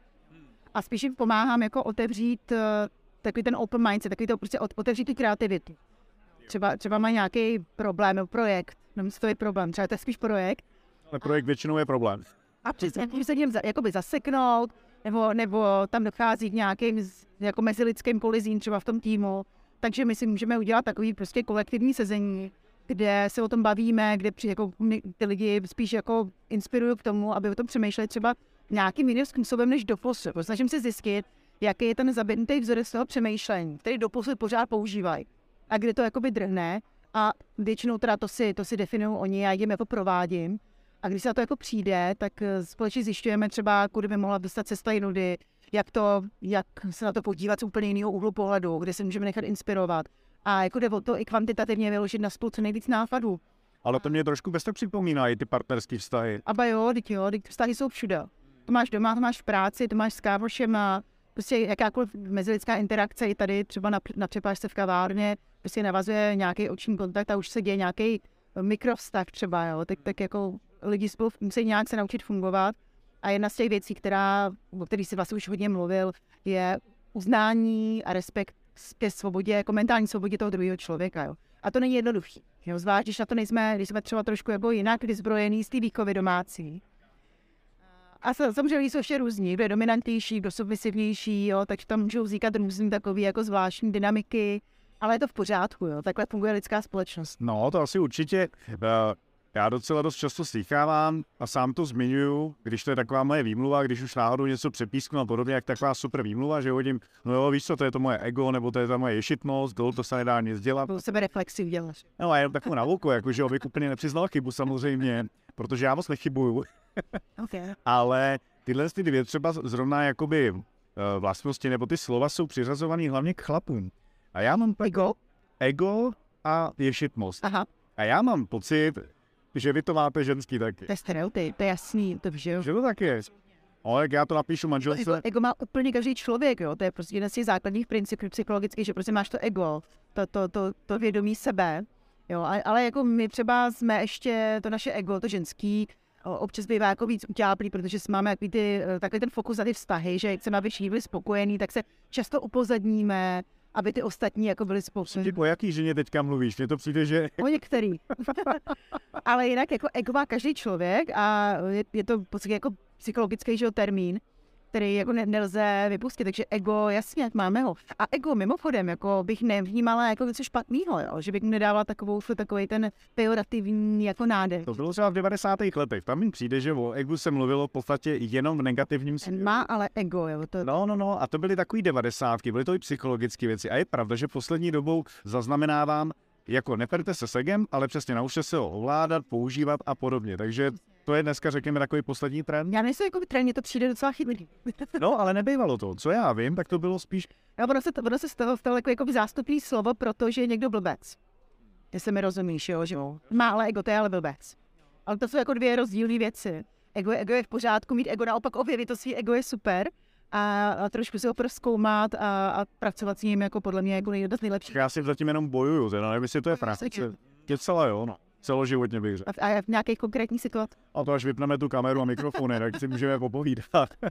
B: A spíš jim pomáhám jako otevřít takový ten open mindset, takový to prostě otevřít tu kreativitu. Třeba, třeba má nějaký problém, projekt, nevím, co to je problém, třeba to je spíš projekt.
A: Ale projekt většinou je problém.
B: A přesně, může se něm za, jakoby zaseknout, nebo, nebo tam dochází k nějakým z- jako mezilidským kolizím třeba v tom týmu. Takže my si můžeme udělat takový prostě kolektivní sezení, kde se o tom bavíme, kde při, jako, my, ty lidi spíš jako inspirují k tomu, aby o tom přemýšleli třeba nějakým jiným způsobem než doposud. Snažím se zjistit, jaký je ten zabitý vzorec toho přemýšlení, který doposud pořád používají. A kde to jakoby drhne. A většinou teda to si, to si definují oni, já jim jako provádím. A když se na to jako přijde, tak eh, společně zjišťujeme třeba, kudy by mohla dostat cesta jinudy, jak, to, jak se na to podívat z úplně jiného úhlu pohledu, kde se můžeme nechat inspirovat. A jako jde o to i kvantitativně vyložit na stůl co nejvíc nápadů.
A: Ale to mě trošku bez tak připomíná i ty partnerské vztahy.
B: A ba jo, teď jo, teď vztahy jsou všude. To máš doma, to máš v práci, to máš s kámošem a prostě jakákoliv mezilidská interakce i tady třeba na, na přepážce v kavárně, prostě navazuje nějaký oční kontakt a už se děje nějaký mikrovztah třeba, jo, tak, tak jako lidi spolu musí nějak se naučit fungovat. A jedna z těch věcí, která, o který si vlastně už hodně mluvil, je uznání a respekt ke svobodě, jako mentální svobodě toho druhého člověka. Jo. A to není jednoduchý. Jo. Zvlášť, když na to nejsme, když jsme třeba trošku jako jinak vyzbrojený z té výchovy domácí. A samozřejmě lidi jsou ještě různí, kdo je dominantnější, kdo submisivnější, jo, takže tam můžou vznikat různý takový jako zvláštní dynamiky, ale je to v pořádku, jo. Takhle funguje lidská společnost.
A: No, to asi určitě. Já docela dost často slýchávám a sám to zmiňuju, když to je taková moje výmluva, když už náhodou něco přepísknu a podobně, jak taková super výmluva, že hodím, no jo, víš co, to je to moje ego, nebo to je ta moje ješitnost, dole to se nedá nic dělat.
B: Po sebe reflexi uděláš.
A: No a jenom takovou nauku, jakože abych úplně nepřiznal chybu samozřejmě, protože já moc nechybuju.
B: Okay.
A: Ale tyhle ty dvě třeba zrovna jakoby uh, vlastnosti nebo ty slova jsou přiřazovaný hlavně k chlapům. A já mám
B: Ego?
A: ego a ješitnost.
B: Aha.
A: A já mám pocit, že vy to máte ženský taky.
B: To je stereotyp, to je jasný, to víš, jo.
A: Že to tak je. Ale jak já to napíšu manželce.
B: Ego, ego má úplně každý člověk, jo. To je prostě jeden z těch základních principů psychologických, že prostě máš to ego, to, to, to, to vědomí sebe. Jo, ale, ale jako my třeba jsme ještě, to naše ego, to ženský, občas bývá jako víc utáplý, protože máme takový, ty, takový ten fokus na ty vztahy, že jak chceme, aby všichni byli spokojení, tak se často upozadníme, aby ty ostatní jako byli spokojení.
A: O jaký ženě teďka mluvíš? Mně to přijde, že...
B: O některý. Ale jinak jako ego má každý člověk a je, je to podstatě jako psychologický že, termín, který jako ne, nelze vypustit, takže ego, jasně, máme ho. A ego mimochodem, jako bych nevnímala jako něco špatného, jo? Že bych mu nedávala takovou, takový ten pejorativní jako nádech.
A: To bylo třeba v devadesátých letech, tam mi přijde, že o egu se mluvilo v podstatě jenom v negativním směru.
B: Má ale ego, jo. To...
A: No, no, no, a to byly takový devadesátky, byly to i psychologické věci. A je pravda, že poslední dobou zaznamenávám, jako neperte se segem, ale přesně naučte se ho ovládat, používat a podobně. Takže to je dneska, řekněme, takový poslední trend.
B: Já nejsem jako trend, mně to přijde docela chybný.
A: No, ale nebývalo to. Co já vím, tak to bylo spíš...
B: No, ono se, ono se stalo, stalo jako, jako zástupný slovo, protože je někdo blbec. Ty se mi rozumíš, jo, že jo. Má ale ego, to je ale blbec. Ale to jsou jako dvě rozdílné věci. Ego, ego je v pořádku, mít ego naopak objevit to svý ego je super. A, a trošku si ho prozkoumat a, a pracovat s ním jako podle mě jako nejde nejlepší.
A: Já si zatím jenom bojuju, teda nevím, jestli to je práce. Je celá jo, no. Celoživotně bych řekl.
B: A, a v nějakých konkrétních situacích?
A: A to až vypneme tu kameru a mikrofony, tak si můžeme popovídat.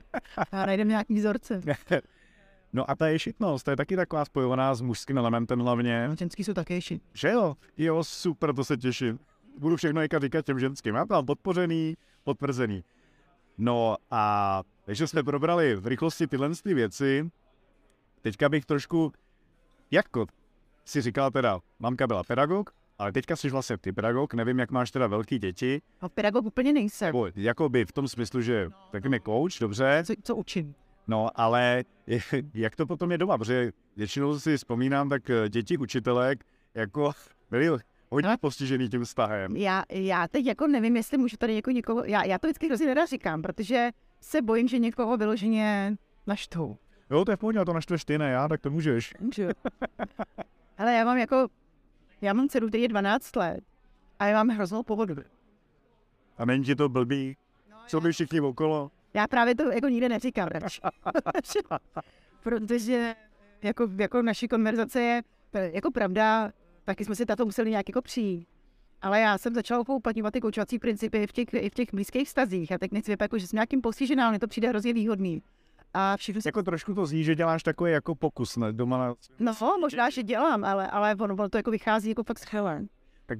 B: A najdeme nějaký vzorce.
A: No a ta ješitnost, to je taky taková spojovaná s mužským elementem hlavně.
B: Ženský jsou také ješit.
A: Že jo? Jo, super, to se těším. Budu všechno říkat, říkat těm ženským. Já tam podpořený, potvrzený. No a takže jsme probrali v rychlosti tyhle ty věci. Teďka bych trošku, jako si říkala teda, mamka byla pedagog, ale teďka jsi vlastně ty pedagog, nevím, jak máš teda velký děti.
B: A pedagog úplně nejsem.
A: Bo, jakoby v tom smyslu, že taky mi coach, dobře.
B: Co, co učím?
A: No, ale je, jak to potom je doma, protože většinou si vzpomínám, tak děti učitelek jako byli hodně postižený tím vztahem.
B: Já, já teď jako nevím, jestli můžu tady jako někoho, já, já to vždycky hrozně nerad říkám, protože se bojím, že někoho vyloženě naštvou.
A: Jo, to je v pohodě, to naštveš ty, ne já, tak to můžeš.
B: Můžu. Ale já mám jako, já mám dceru, který je dvanáct let a já mám hroznou pohodu.
A: A není ti to blbý? Co by všichni okolo?
B: Já právě to jako nikde neříkám radši. Protože jako, jako naší konverzace je jako pravda, taky jsme si tato museli nějak jako přijít. Ale já jsem začala uplatňovat ty koučovací principy v těch, i v těch blízkých vztazích. A teď nechci vypadat, jako, že jsem nějakým postižená, mně to přijde hrozně výhodný. A všichni...
A: Jako trošku to zní, že děláš takový jako pokus, ne? Doma na...
B: No, možná, že dělám, ale, ale ono, ono to jako vychází jako fakt z hele.
A: Tak bych...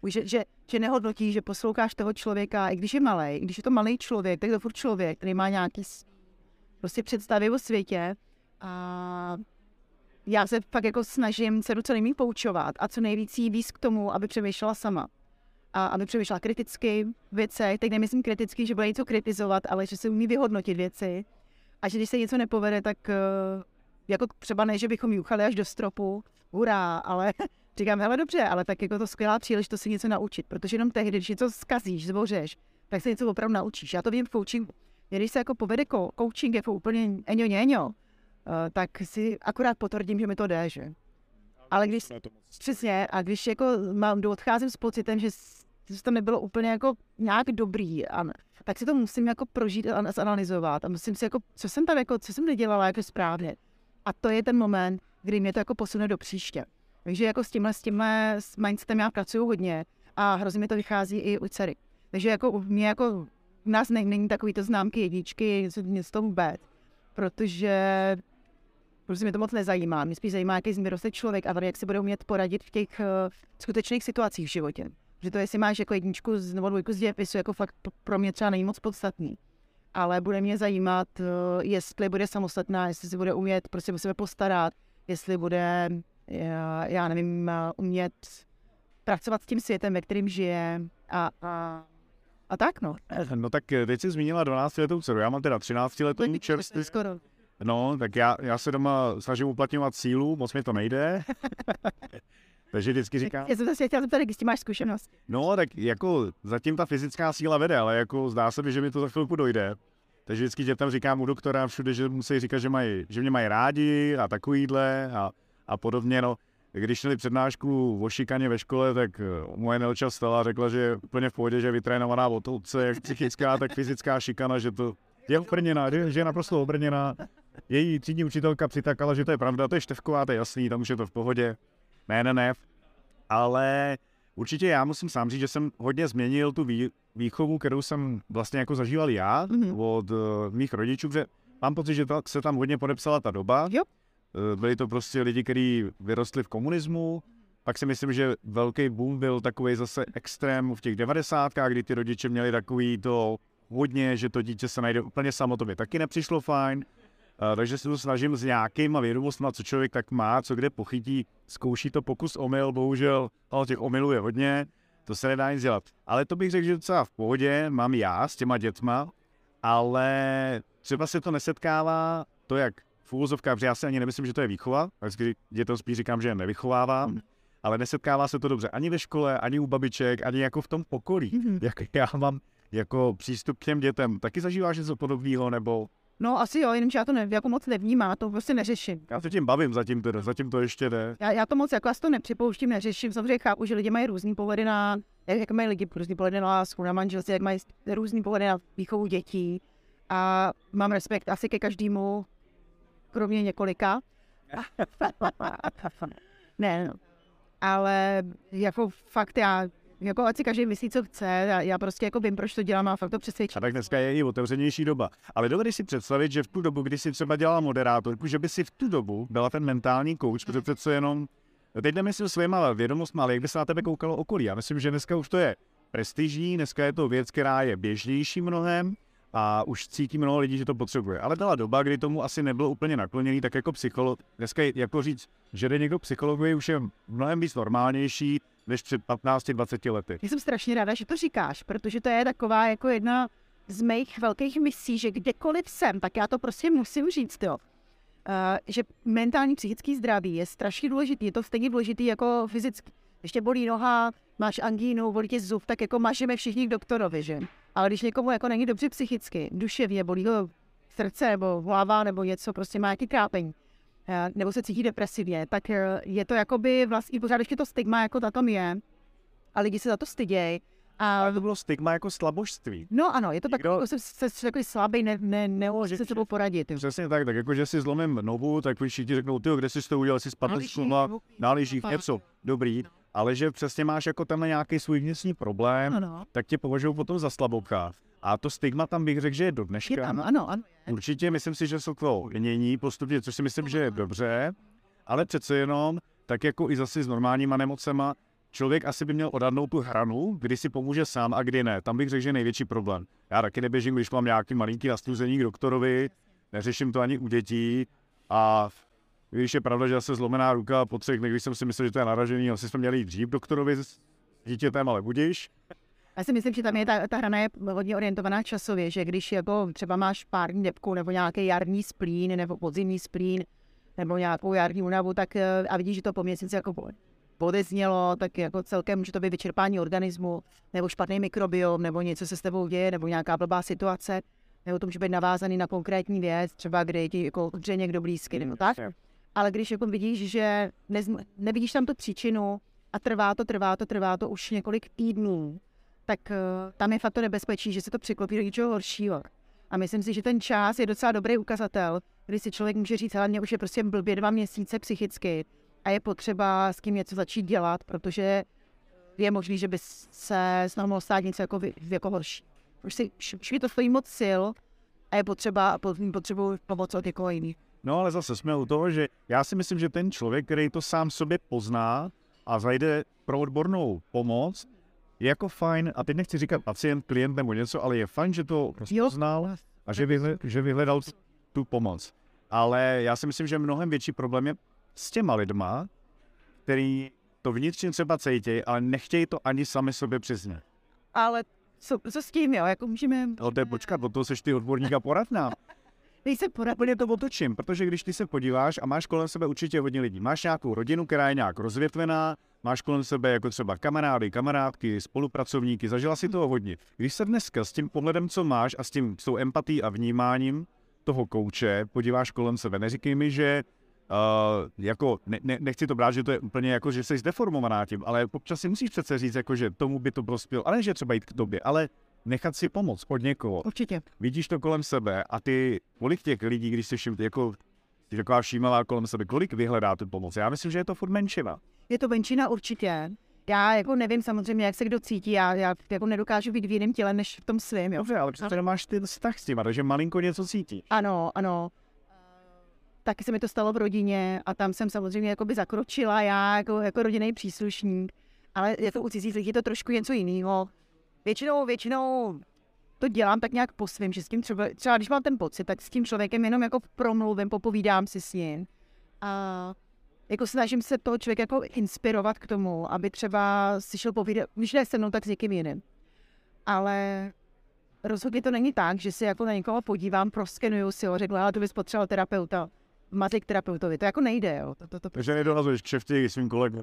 B: že, že, že nehodnotí, že posloucháš toho člověka, i když je malej, i když je to malý člověk, tak je to furt člověk, který má nějaký prostě představy o světě a já se fakt jako snažím se co nejméně poučovat a co nejvíc jí víc k tomu, aby přemýšlela sama. A aby přemýšlela kriticky věci, teď nemyslím kriticky, že bude něco kritizovat, ale že se umí vyhodnotit věci a že když se něco nepovede, tak jako třeba ne, že bychom juchali až do stropu, hurá, ale říkám, hele dobře, ale tak jako to skvělá příležitost si něco naučit, protože jenom tehdy, když něco zkazíš, zbořeš, tak se něco opravdu naučíš. Já to vím v coachingu. Když se jako povede coaching jako úplně eňo něňo, tak si akorát potvrdím, že mi to jde, že? Ale když, přesně, a když jako mám, odcházím s pocitem, že to nebylo úplně jako nějak dobrý, a, tak si to musím jako prožít a zanalizovat a musím si jako, co jsem tam jako, co jsem nedělala jako správně. A to je ten moment, kdy mě to jako posune do příště. Takže jako s tímhle, s tímhle s mindsetem já pracuju hodně a hrozně mi to vychází i u dcery. Takže jako u mě jako u nás ne, není takový to známky jedničky, nic to vůbec, protože prostě mě to moc nezajímá. Mě spíš zajímá, jaký z mě roste člověk a jak se bude umět poradit v těch uh, skutečných situacích v životě. Že to, jestli máš jako jedničku z, nebo dvojku z dějepisu, jako fakt pro mě třeba není moc podstatný. Ale bude mě zajímat, uh, jestli bude samostatná, jestli si bude umět prostě o sebe postarat, jestli bude, já, já nevím, uh, umět pracovat s tím světem, ve kterým žije a, a, a tak, no.
A: No tak teď jsi zmínila dvanáctiletou dceru, já mám teda třináctiletou čerstvou.
B: Skoro.
A: No, tak já, já se doma snažím uplatňovat sílu, moc mi to nejde. Takže vždycky říkám...
B: Já jsem zase chtěla zeptat, jestli máš zkušenost.
A: No, tak jako zatím ta fyzická síla vede, ale jako zdá se mi, že mi to za chvilku dojde. Takže vždycky dětem říkám u doktora všude, že musí říkat, že, mají, že mě mají rádi a takovýhle a, a podobně. No, když měli přednášku o šikaně ve škole, tak moje Nelča vstala a řekla, že je úplně v pohodě, že je vytrénovaná o tolce, jak psychická, tak fyzická šikana, že to je obrněná, že, že je naprosto obrněná. Její třídní učitelka přitakala, že to je pravda, to je Števková, to je jasný, tam už je to v pohodě. Ne, ne, ne. Ale určitě já musím sám říct, že jsem hodně změnil tu vý, výchovu, kterou jsem vlastně jako zažíval já mm-hmm. od uh, mých rodičů, že mám pocit, že ta, se tam hodně podepsala ta doba. Jo. Uh, byli to prostě lidi, kteří vyrostli v komunismu. Pak si myslím, že velký boom byl takový zase extrém v těch devadesátkách, kdy ty rodiče měli takový to hodně, že to dítě se najde úplně samo, to by taky nepřišlo fajn. Uh, takže se to snažím s nějakýma vědomostma, co člověk tak má, co kde pochytí, zkouší to pokus omyl, bohužel, ale těch omylů je hodně, to se nedá nic dělat. Ale to bych řekl, že docela v pohodě mám já s těma dětma, ale třeba se to nesetkává, to jak v úvozovkách, protože já si ani nemyslím, že to je výchova, takže dětem spíš říkám, že je nevychovávám, mm. ale nesetkává se to dobře ani ve škole, ani u babiček, ani jako v tom pokolí, mm. jak já mám jako přístup k těm dětem. Taky zažíváš něco podobného, nebo...
B: No asi jo, jenomže já to ne, jako moc nevnímám, to prostě neřeším.
A: Já se tím bavím, zatím to, zatím to ještě jde.
B: Já, já to moc jako asi to nepřipouštím, neřeším, samozřejmě chápu, že lidi mají různý pohledy na, jak, jak mají lidi různý pohledy na lásku, na manželství, jak mají různý pohledy na výchovu dětí a mám respekt asi ke každému, kromě několika. ne, no. Ale jako fakt já, jako ať si každý myslí, co chce, já, já prostě jako vím, proč to dělám a fakt to přesvědčím.
A: A tak dneska je i otevřenější doba. Ale dovedeš si představit, že v tu dobu, kdy jsi třeba dělala moderátorku, že by si v tu dobu byla ten mentální coach, protože přece jenom, teď nemyslím svýma vědomostmi, ale jak by se na tebe koukalo okolí. Já myslím, že dneska už to je prestižní, dneska je to věc, která je běžnější mnohem a už cítí mnoho lidí, že to potřebuje. Ale byla doba, kdy tomu asi nebylo úplně nakloněný, tak jako psycholog. Dneska jako říct, že jde někdo k psychologovi, už je mnohem víc normálnější než před patnácti dvaceti lety.
B: Já jsem strašně ráda, že to říkáš, protože to je taková jako jedna z mých velkých misí, že kdekoliv jsem, tak já to prostě musím říct, jo. Uh, že mentální psychický zdraví je strašně důležitý, je to stejně důležitý jako fyzicky. Ještě bolí noha, máš angínu, bolí tě zub, tak jako mažeme všichni k doktorovi, že? Ale když někomu jako není dobře psychicky, duševně, bolí ho srdce nebo hlava nebo něco, prostě má nějaký trápení, nebo se cítí depresivně, tak je to jakoby vlastně pořád ještě to stigma jako na tom je a lidi se za to stydějí. A
A: ale to bylo stigma jako slabožství.
B: No ano, je to Někdo... tak, jako se, se takový slabý, ne, ne, ne,
A: no,
B: se sebou poradit. Jo.
A: Přesně tak, tak jako že si zlomím nohu, tak všichni řeknou, tyjo, kde jsi to udělal, jsi spadl z slova, na lyžích, něco, dobrý, ale že přesně máš jako tam nějaký svůj vnitřní problém, ano. Tak tě považují potom za slaboucha. A to stigma tam bych řekl, že je do dneška.
B: Je tam, ano, ano.
A: Určitě myslím si, že se to mění postupně, což si myslím, že je dobře, ale přece jenom, tak jako i zase s normálníma nemocema, člověk asi by měl odhadnout tu hranu, kdy si pomůže sám a kdy ne. Tam bych řekl, že je největší problém. Já taky neběžím, když mám nějaký malinký nastuzení k doktorovi, neřeším to ani u dětí a když je pravda, že zase zlomená ruka po třech, když jsem si myslel, že to je naražený, asi jsme měli jít dřív doktorovi s dítětem, ale budíš.
B: Já si myslím, že tam je ta, ta hrana je hodně orientovaná časově, že když jako třeba máš pární depku nebo nějaký jarní splín nebo podzimní splín nebo nějakou jarní únavu, tak a vidíš, že to po měsíci jako podeznělo, tak jako celkem může to být vyčerpání organismu nebo špatný mikrobiom nebo něco se s tebou děje nebo nějaká blbá situace, nebo to může být navázaný na konkrétní věc, třeba kde je ti jako dře někdo blízký nebo tak. Ale když jako vidíš, že nez, nevidíš tam tu příčinu a trvá to, trvá to, trvá to už několik týdnů, tak uh, tam je fakt to nebezpečí, že se to překlopí do něčeho horšího. A myslím si, že ten čas je docela dobrý ukazatel, kdy si člověk může říct, ale mě už je prostě blbě dva měsíce psychicky a je potřeba s tím něco začít dělat, protože je možný, že by se s námi mohlo stát něco jako, jako horší. Už, si, už mi to stojí moc sil a je potřeba, potřebuji pomoc od někoho jiný.
A: No ale zase jsme u toho, že já si myslím, že ten člověk, který to sám sobě pozná a zajde pro odbornou pomoc, je jako fajn, a teď nechci říkat pacient, klient nebo něco, ale je fajn, že to poznal a že, vyhle, že vyhledal tu pomoc. Ale já si myslím, že mnohem větší problém je s těma lidma, který to vnitřně třeba cítějí, ale nechtějí to ani sami sobě přiznat.
B: Ale co, co s tím, jo? Jako můžeme...
A: Ale to je počkat, od toho seš ty odborníka poradná.
B: Nejsem poradná.
A: Úplně to otočím, protože když ty se podíváš a máš kolem sebe určitě hodně lidí, máš nějakou rodinu, která je nějak rozvětvená, máš kolem sebe jako třeba kamarády, kamarádky, spolupracovníky, zažila si toho hodně. Když se dneska s tím pohledem, co máš a s tím s tou empatí a vnímáním toho kouče podíváš kolem sebe, neříkej mi, že uh, jako, ne, ne, nechci to brát, že to je úplně jako, že jsi zdeformovaná tím, ale občas si musíš přece říct, jako, že tomu by to prospělo, ale ne, že třeba jít k tobě, ale nechat si pomoct od někoho.
B: Určitě.
A: Vidíš to kolem sebe a ty, kolik těch lidí, když jsi všim, jako, ty taková všímavá kolem sebe, kolik vyhledá tu pomoc? Já myslím, že je to furt menšina.
B: Je to menšina určitě. Já jako nevím samozřejmě, jak se kdo cítí, já, já jako nedokážu být v jiném těle, než v tom svém.
A: Dobře, ale přece nemáš ty vztah s tím, takže malinko něco cítí.
B: Ano, ano. Taky se mi to stalo v rodině a tam jsem samozřejmě jakoby zakročila já jako, jako rodinný příslušník, ale jako u cizích lidí je to trošku něco jiného. Většinou, většinou to dělám tak nějak po svým, že s tím třeba, třeba když mám ten pocit, tak s tím člověkem jenom jako promluvím, popovídám si s ním. A jako snažím se toho člověka jako inspirovat k tomu, aby třeba si šel povídat, když ne se mnou, tak s někým jiným. Ale rozhodně to není tak, že si jako na někoho podívám, proskenuju si ho, řeknu, ale to bys potřeboval terapeuta, mazik terapeutovi, to jako nejde, jo. To, to, to...
A: Takže nedohazuješ kšefty svým kolegům.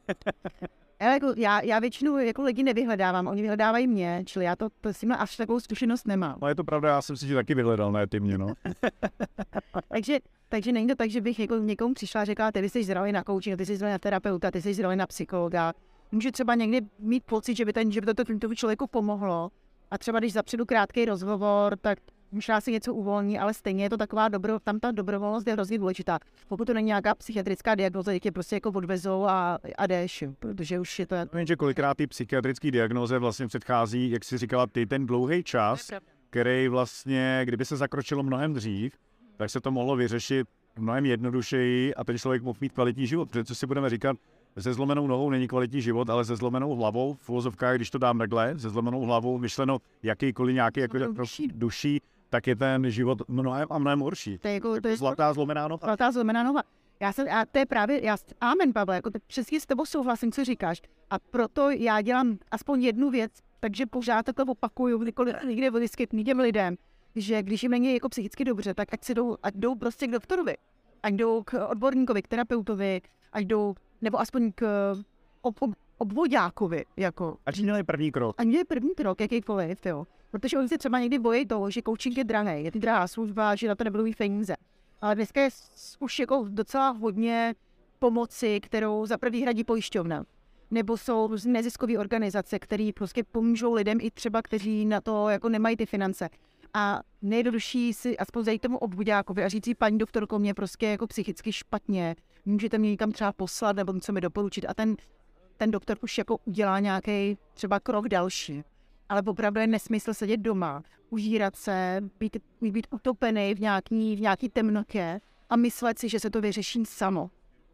B: Ale jako já, já většinou jako lidi nevyhledávám, oni vyhledávají mě, čili já to, to s tím až takovou zkušenost nemám.
A: No je to pravda, já jsem si tě taky vyhledal, ne ty mě, no.
B: takže, takže není to tak, že bych jako někomu přišla a řekla, ty jsi zralý na coaching, ty jsi zralý na terapeuta, ty jsi zralý na psychologa. Může třeba někdy mít pocit, že by, ten, že by to tomu člověku pomohlo a třeba když zapředu krátký rozhovor, tak možná si něco uvolní, ale stejně je to taková dobro, tam ta dobrovolnost je hrozně důležitá. Pokud to není nějaká psychiatrická diagnóza, tě prostě jako odvezou a, a jdeš, protože už je to...
A: No, jenže kolikrát ty psychiatrické diagnóze vlastně předchází, jak jsi říkala ty, ten dlouhý čas, který vlastně, kdyby se zakročilo mnohem dřív, tak se to mohlo vyřešit mnohem jednodušeji a ten člověk mohl mít kvalitní život. Protože co si budeme říkat, se zlomenou nohou není kvalitní život, ale se zlomenou hlavou, v uvozovkách, když to dám takhle, se zlomenou hlavou, myšleno jakýkoliv nějaký jako duší. duší, tak je ten život mnohem a mnohem horší.
B: To je jako, to je
A: zlatá zlomená noha.
B: Zlatá zlomená noha. Já jsem, a to je právě, já, amen, Pavle, jako přesně s tebou souhlasím, co říkáš. A proto já dělám aspoň jednu věc, takže pořád to opakuju, kdykoliv někde vyskytnu těm lidem, že když jim není jako psychicky dobře, tak ať si jdou, ať jdou prostě k doktorovi, ať jdou k odborníkovi, k terapeutovi, ať jdou, nebo aspoň k ob, ob, obvoďákovi, jako.
A: Ať dělají první krok.
B: Ať dělají první krok, jakýkoliv, jo. Protože oni se třeba někdy bojí toho, že coaching je drahý, je to drahá služba, že na to nebudou mít peníze. Ale dneska je už jako docela hodně pomoci, kterou za první hradí pojišťovna. Nebo jsou různé neziskové organizace, které prostě pomůžou lidem i třeba, kteří na to jako nemají ty finance. A nejjednodušší si aspoň zajít tomu obvoďákovi a říct si, paní doktorko, mě prostě jako psychicky špatně, můžete mě někam třeba poslat nebo něco mi doporučit. A ten, ten doktor už jako udělá nějaký třeba krok další. Ale opravdu je nesmysl sedět doma, užírat se, být, být utopený v nějaký, v nějaký temnotě a myslet si, že se to vyřeší samo.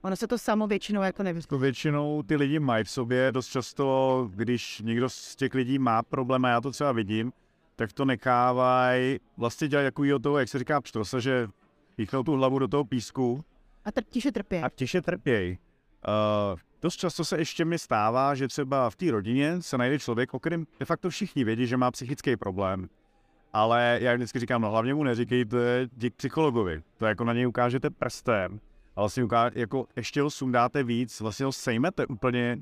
B: Ono se to samo většinou jako nevyřeší.
A: To většinou ty lidi mají v sobě dost často, když někdo z těch lidí má problém, a já to třeba vidím, tak to nechávají vlastně dělat takovýho toho, jak se říká pštrosa, že píchnou tu hlavu do toho písku.
B: A tr- tiše trpě.
A: A tiše trpěj. Uh, dost často se ještě mi stává, že třeba v té rodině se najde člověk, o kterém de facto všichni vědí, že má psychický problém. Ale já vždycky říkám, no hlavně mu neříkejte, jdi k psychologovi. To jako na něj ukážete prstem. A vlastně uká- jako ještě ho sundáte víc, vlastně ho sejmete úplně.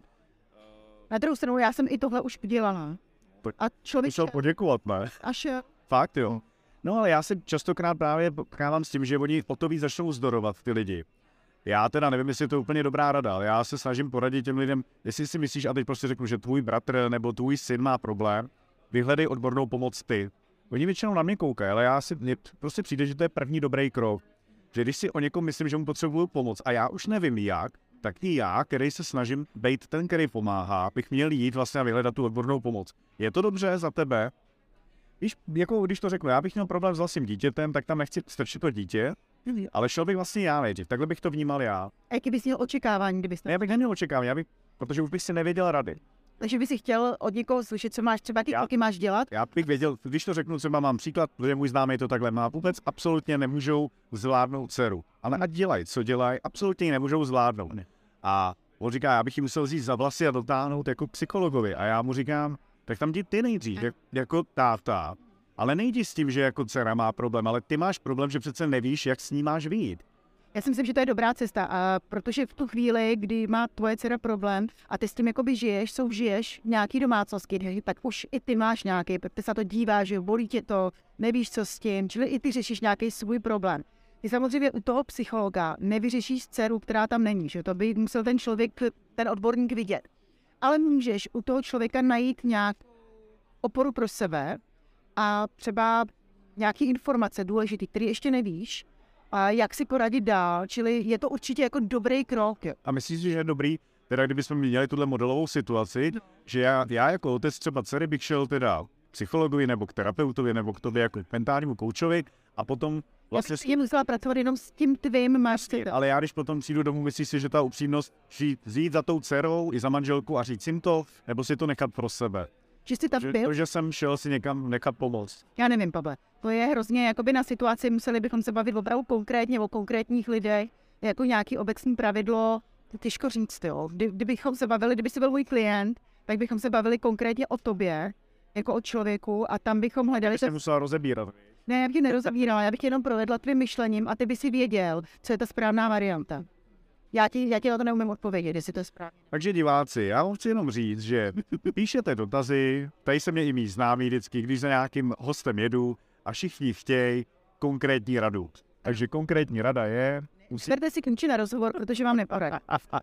B: Na druhou stranu, já jsem i tohle už udělala. A člověk...
A: Musel poděkovat, ne?
B: Až...
A: Fakt, jo. No ale já se častokrát právě potkávám s tím, že oni o to víc začnou zdorovat ty lidi. Já teda nevím, jestli je to úplně dobrá rada, ale já se snažím poradit těm lidem, jestli si myslíš, a teď prostě řeknu, že tvůj bratr nebo tvůj syn má problém, vyhledej odbornou pomoc ty. Oni většinou na mě koukají, ale já si mně prostě přijde, že to je první dobrý krok. Že když si o někom myslím, že mu potřebuju pomoc a já už nevím jak, tak i já, který se snažím být ten, který pomáhá, bych měl jít vlastně a vyhledat tu odbornou pomoc. Je to dobře za tebe? Víš, jako když to řeknu, já bych měl problém s vlastním dítětem, tak tam nechci strčit to dítě, ale šel bych vlastně já nejdřív, takhle bych to vnímal já.
B: A jaký bys měl očekávání, kdybys...
A: Ne, já bych neměl očekávání, já bych, protože už bych si nevěděl rady.
B: Takže bys si chtěl od někoho slyšet, co máš třeba ty kroky máš dělat?
A: Já bych věděl, když to řeknu, třeba mám příklad, že můj známý to takhle má, vůbec absolutně nemůžou zvládnout dceru. Ale ať dělají, co dělají, absolutně ji nemůžou zvládnout. A on říká, já bych ji musel vzít za vlasy a dotáhnout jako psychologovi. A já mu říkám, tak tam jdi ty nejdřív, jak, jako táta. Ale nejdi s tím, že jako dcera má problém, ale ty máš problém, že přece nevíš, jak s ní máš vyjít.
B: Já si myslím, že to je dobrá cesta, a protože v tu chvíli, kdy má tvoje dcera problém a ty s tím jakoby žiješ, soužiješ v nějaký domácnosti, tak už i ty máš nějaký, protože se na to díváš, že bolí tě to, nevíš co s tím, čili i ty řešíš nějaký svůj problém. Ty samozřejmě u toho psychologa nevyřešíš dceru, která tam není, že to by musel ten člověk, ten odborník vidět. Ale můžeš u toho člověka najít nějakou oporu pro sebe a třeba nějaké informace důležité, které ještě nevíš, a jak si poradit dál, čili je to určitě jako dobrý krok. Jo.
A: A myslíš, že je dobrý, teda kdybychom měli tuhle modelovou situaci, no. že já, já jako otec třeba dcery bych šel teda k psychologovi nebo k terapeutovi nebo k tobě jako k mentálnímu koučovi a potom vlastně...
B: Já bych musela pracovat jenom s tím tvým máš.
A: Ale já když potom přijdu domů, myslíš si, že ta upřímnost jít za tou dcerou i za manželku a říct jim to, nebo si to nechat pro sebe?
B: Že jsi tam
A: že,
B: byl?
A: To, že jsem šel si někam nechat pomoct.
B: Já nevím, Pavle. To je hrozně jakoby na situaci, museli bychom se bavit opravdu konkrétně o konkrétních lidech, jako nějaký obecný pravidlo, těžko říct, jo. Kdy, kdybychom se bavili, kdyby jsi byl můj klient, tak bychom se bavili konkrétně o tobě, jako o člověku, a tam bychom hledali...
A: Ty jsi musela rozebírat.
B: Ne, já bych tě nerozebírala, já bych tě jenom provedla tvým myšlením a ty by si věděl, co je ta správná varianta. Já ti, já ti na to neumím odpovědět, jestli to je správně.
A: Takže diváci, já vám chci jenom říct, že píšete dotazy, tady se mě i mý známí vždycky, když za nějakým hostem jedu a všichni chtějí konkrétní radu. Takže konkrétní rada je...
B: Musí... Berte si klíče na rozhovor, protože vám neporadí.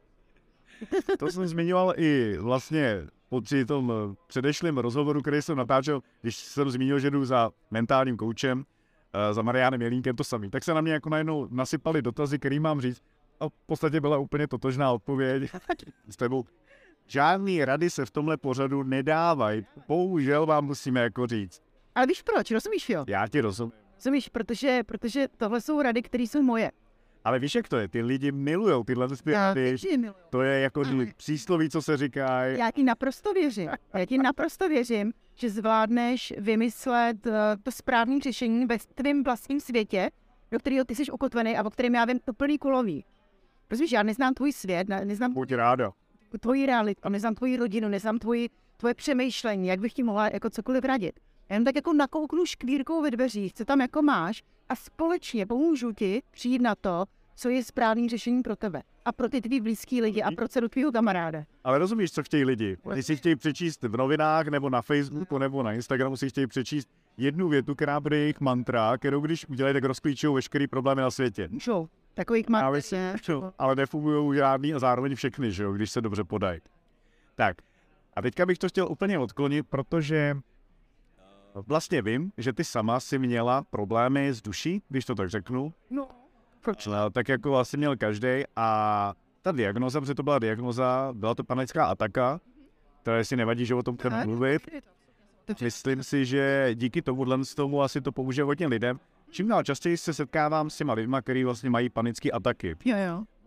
A: To jsem zmiňoval i vlastně při tom předešlém rozhovoru, který jsem natáčel, když jsem zmínil, že jdu za mentálním koučem, za Mariánem Jelínkem, to samý. Tak se na mě jako najednou nasypaly dotazy, který mám říct. A v podstatě byla úplně totožná odpověď s tebou. Žádný rady se v tomhle pořadu nedávají. Bohužel vám musíme jako říct.
B: Ale víš proč? Rozumíš, jo?
A: Já ti rozumím.
B: Rozumíš, protože, protože tohle jsou rady, které jsou moje.
A: Ale víš, jak to je? Ty lidi milujou tyhle ty rady. To je jako přísloví, co se říká.
B: Já ti naprosto věřím. Já ti naprosto věřím, že zvládneš vymyslet uh, to správné řešení ve tvém vlastním světě, do kterého ty jsi ukotvený a o kterém já vím to plný kulový. Protože já neznám tvůj svět, ne, neznám
A: Buď ráda.
B: tvoji realitu, neznám tvoji rodinu, neznám tvoji, tvoje přemýšlení, jak bych ti mohla jako cokoliv radit. Já jenom tak jako nakouknu škvírkou ve dveřích, co tam jako máš, a společně pomůžu ti přijít na to, co je správný řešení pro tebe a pro ty tvý blízký lidi a pro dceru tvýho kamaráda.
A: Ale rozumíš, co chtějí lidi? Když si chtějí přečíst v novinách nebo na Facebooku nebo na Instagramu, si chtějí přečíst jednu větu, která bude jejich mantra, kterou když udělají, tak rozklíčují veškerý problémy na světě.
B: Můžou. Takových má.
A: Ale, ale nefungují žádný a zároveň všechny, že jo, když se dobře podají. Tak, a teďka bych to chtěl úplně odklonit, protože vlastně vím, že ty sama si měla problémy s duší, když to tak řeknu.
B: No, proč?
A: No, tak jako asi měl každý a ta diagnoza, protože to byla diagnoza, byla to panická ataka, která si nevadí, že o tom chceme mluvit. Myslím si, že díky tomuhle z tomu asi to pomůže hodně lidem. Čím dál častěji se setkávám s těma lidma, kteří vlastně mají panické ataky.
B: Jo, jo.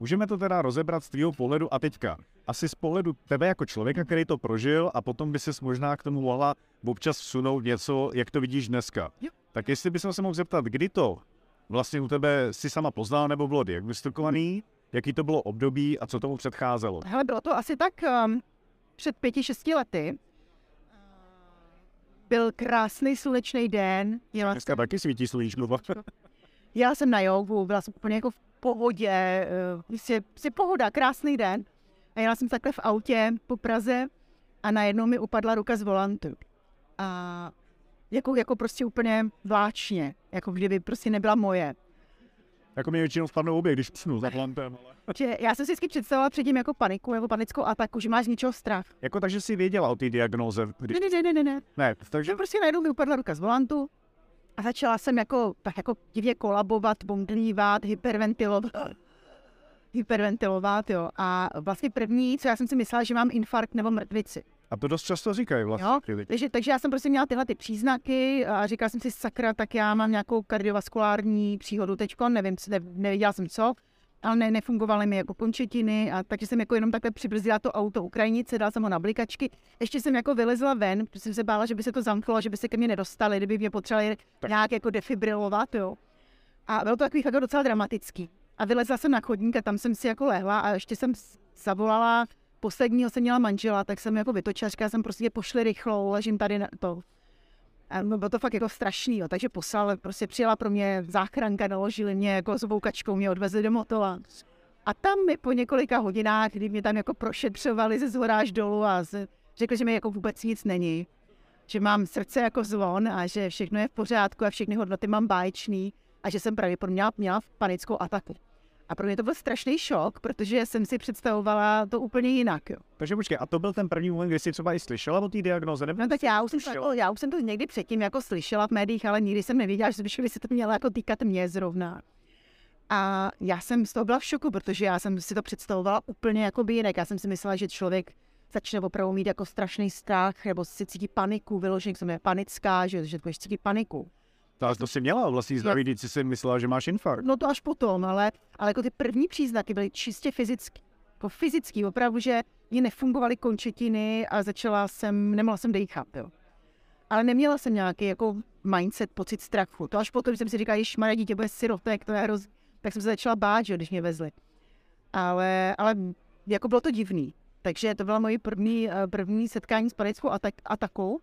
A: Můžeme to teda rozebrat z tvýho pohledu a teďka. Asi z pohledu tebe jako člověka, který to prožil a potom by ses možná k tomu mohla občas vsunout něco, jak to vidíš dneska.
B: Jo.
A: Tak jestli bychom se mohl zeptat, kdy to vlastně u tebe si sama poznala nebo bylo diagnostikovaný, jaký to bylo období a co tomu předcházelo?
B: Hele, bylo to asi tak um, před pěti, šesti lety. Byl krásný slunečný den. Jela
A: Dneska taky svítí sluníčko.
B: Jela jsem na jogu, byla jsem úplně jako v pohodě, prostě, prostě pohoda, krásný den. A jela jsem takhle v autě po Praze a najednou mi upadla ruka z volantu. A jako, jako prostě úplně vláčně, jako kdyby prostě nebyla moje.
A: Jako mi většinou spadnou obě, když psnu za volantem. Ale...
B: Že já jsem si vždycky představila předtím jako paniku nebo panickou ataku, že máš z ničeho strach.
A: Jako takže si věděla o té diagnóze? Když...
B: Ne, ne, ne, ne, ne.
A: Ne, takže...
B: Prostě najednou mi upadla ruka z volantu a začala jsem jako, tak jako divně kolabovat, bomblívat, hyperventilovat. Hyperventilovat, jo. A vlastně první, co já jsem si myslela, že mám infarkt nebo mrtvici.
A: A to dost často říkají vlastně.
B: Jo? Takže, takže já jsem prostě měla tyhle ty příznaky a říkala jsem si, sakra, tak já mám nějakou kardiovaskulární příhodu teďko, nevím, ne, nevěděla jsem co, ale ne, nefungovaly mi jako končetiny a takže jsem jako jenom takhle přibrzdila to auto Ukrajinice, dala jsem ho na blikačky. Ještě jsem jako vylezla ven, protože jsem se bála, že by se to zamklo, že by se ke mně nedostali, kdyby mě potřebovali nějak jako defibrilovat, jo. A bylo to takový jako docela dramatický. A vylezla jsem na chodník a tam jsem si jako lehla a ještě jsem zavolala, posledního jsem měla manžela, tak jsem jako vytočila, říkala jsem prostě pošli rychlou, ležím tady na to. A bylo to fakt jako strašný, jo. Takže poslal, prostě přijela pro mě záchranka, naložili mě jako s voukačkou, mě odvezli do Motola. A tam mi po několika hodinách, kdy mě tam jako prošetřovali ze zhora až dolů a z, řekli, že mi jako vůbec nic není. Že mám srdce jako zvon a že všechno je v pořádku a všechny hodnoty mám báječný a že jsem pravděpodobně měla, měla panickou ataku. A pro mě to byl strašný šok, protože jsem si představovala to úplně jinak. Jo.
A: Takže počkej, a to byl ten první moment, kdy jsi třeba i slyšela o té diagnoze?
B: No tak já už, jsem to, já už jsem to někdy předtím jako slyšela v médiích, ale nikdy jsem nevěděla, že by se to mělo jako týkat mě zrovna. A já jsem z toho byla v šoku, protože já jsem si to představovala úplně jako by jinak. Já jsem si myslela, že člověk začne opravdu mít jako strašný strach, nebo si cítí paniku, vyloženě jsem je panická, že, že budeš cítit paniku.
A: To, to jsi měla vlastní zdraví, když jsi si myslela, že máš infarkt.
B: No to až potom, ale, ale jako ty první příznaky byly čistě fyzický. Jako fyzický, opravdu, že mě nefungovaly končetiny a začala jsem, nemohla jsem dýchat, jo. Ale neměla jsem nějaký jako mindset, pocit strachu. To až potom, když jsem si říkala, ježmarja, dítě bude sirotek, to je hrozný. Tak jsem se začala bát, že, když mě vezli. Ale, ale jako bylo to divný. Takže to byla moje první, první setkání s panickou atak, atakou.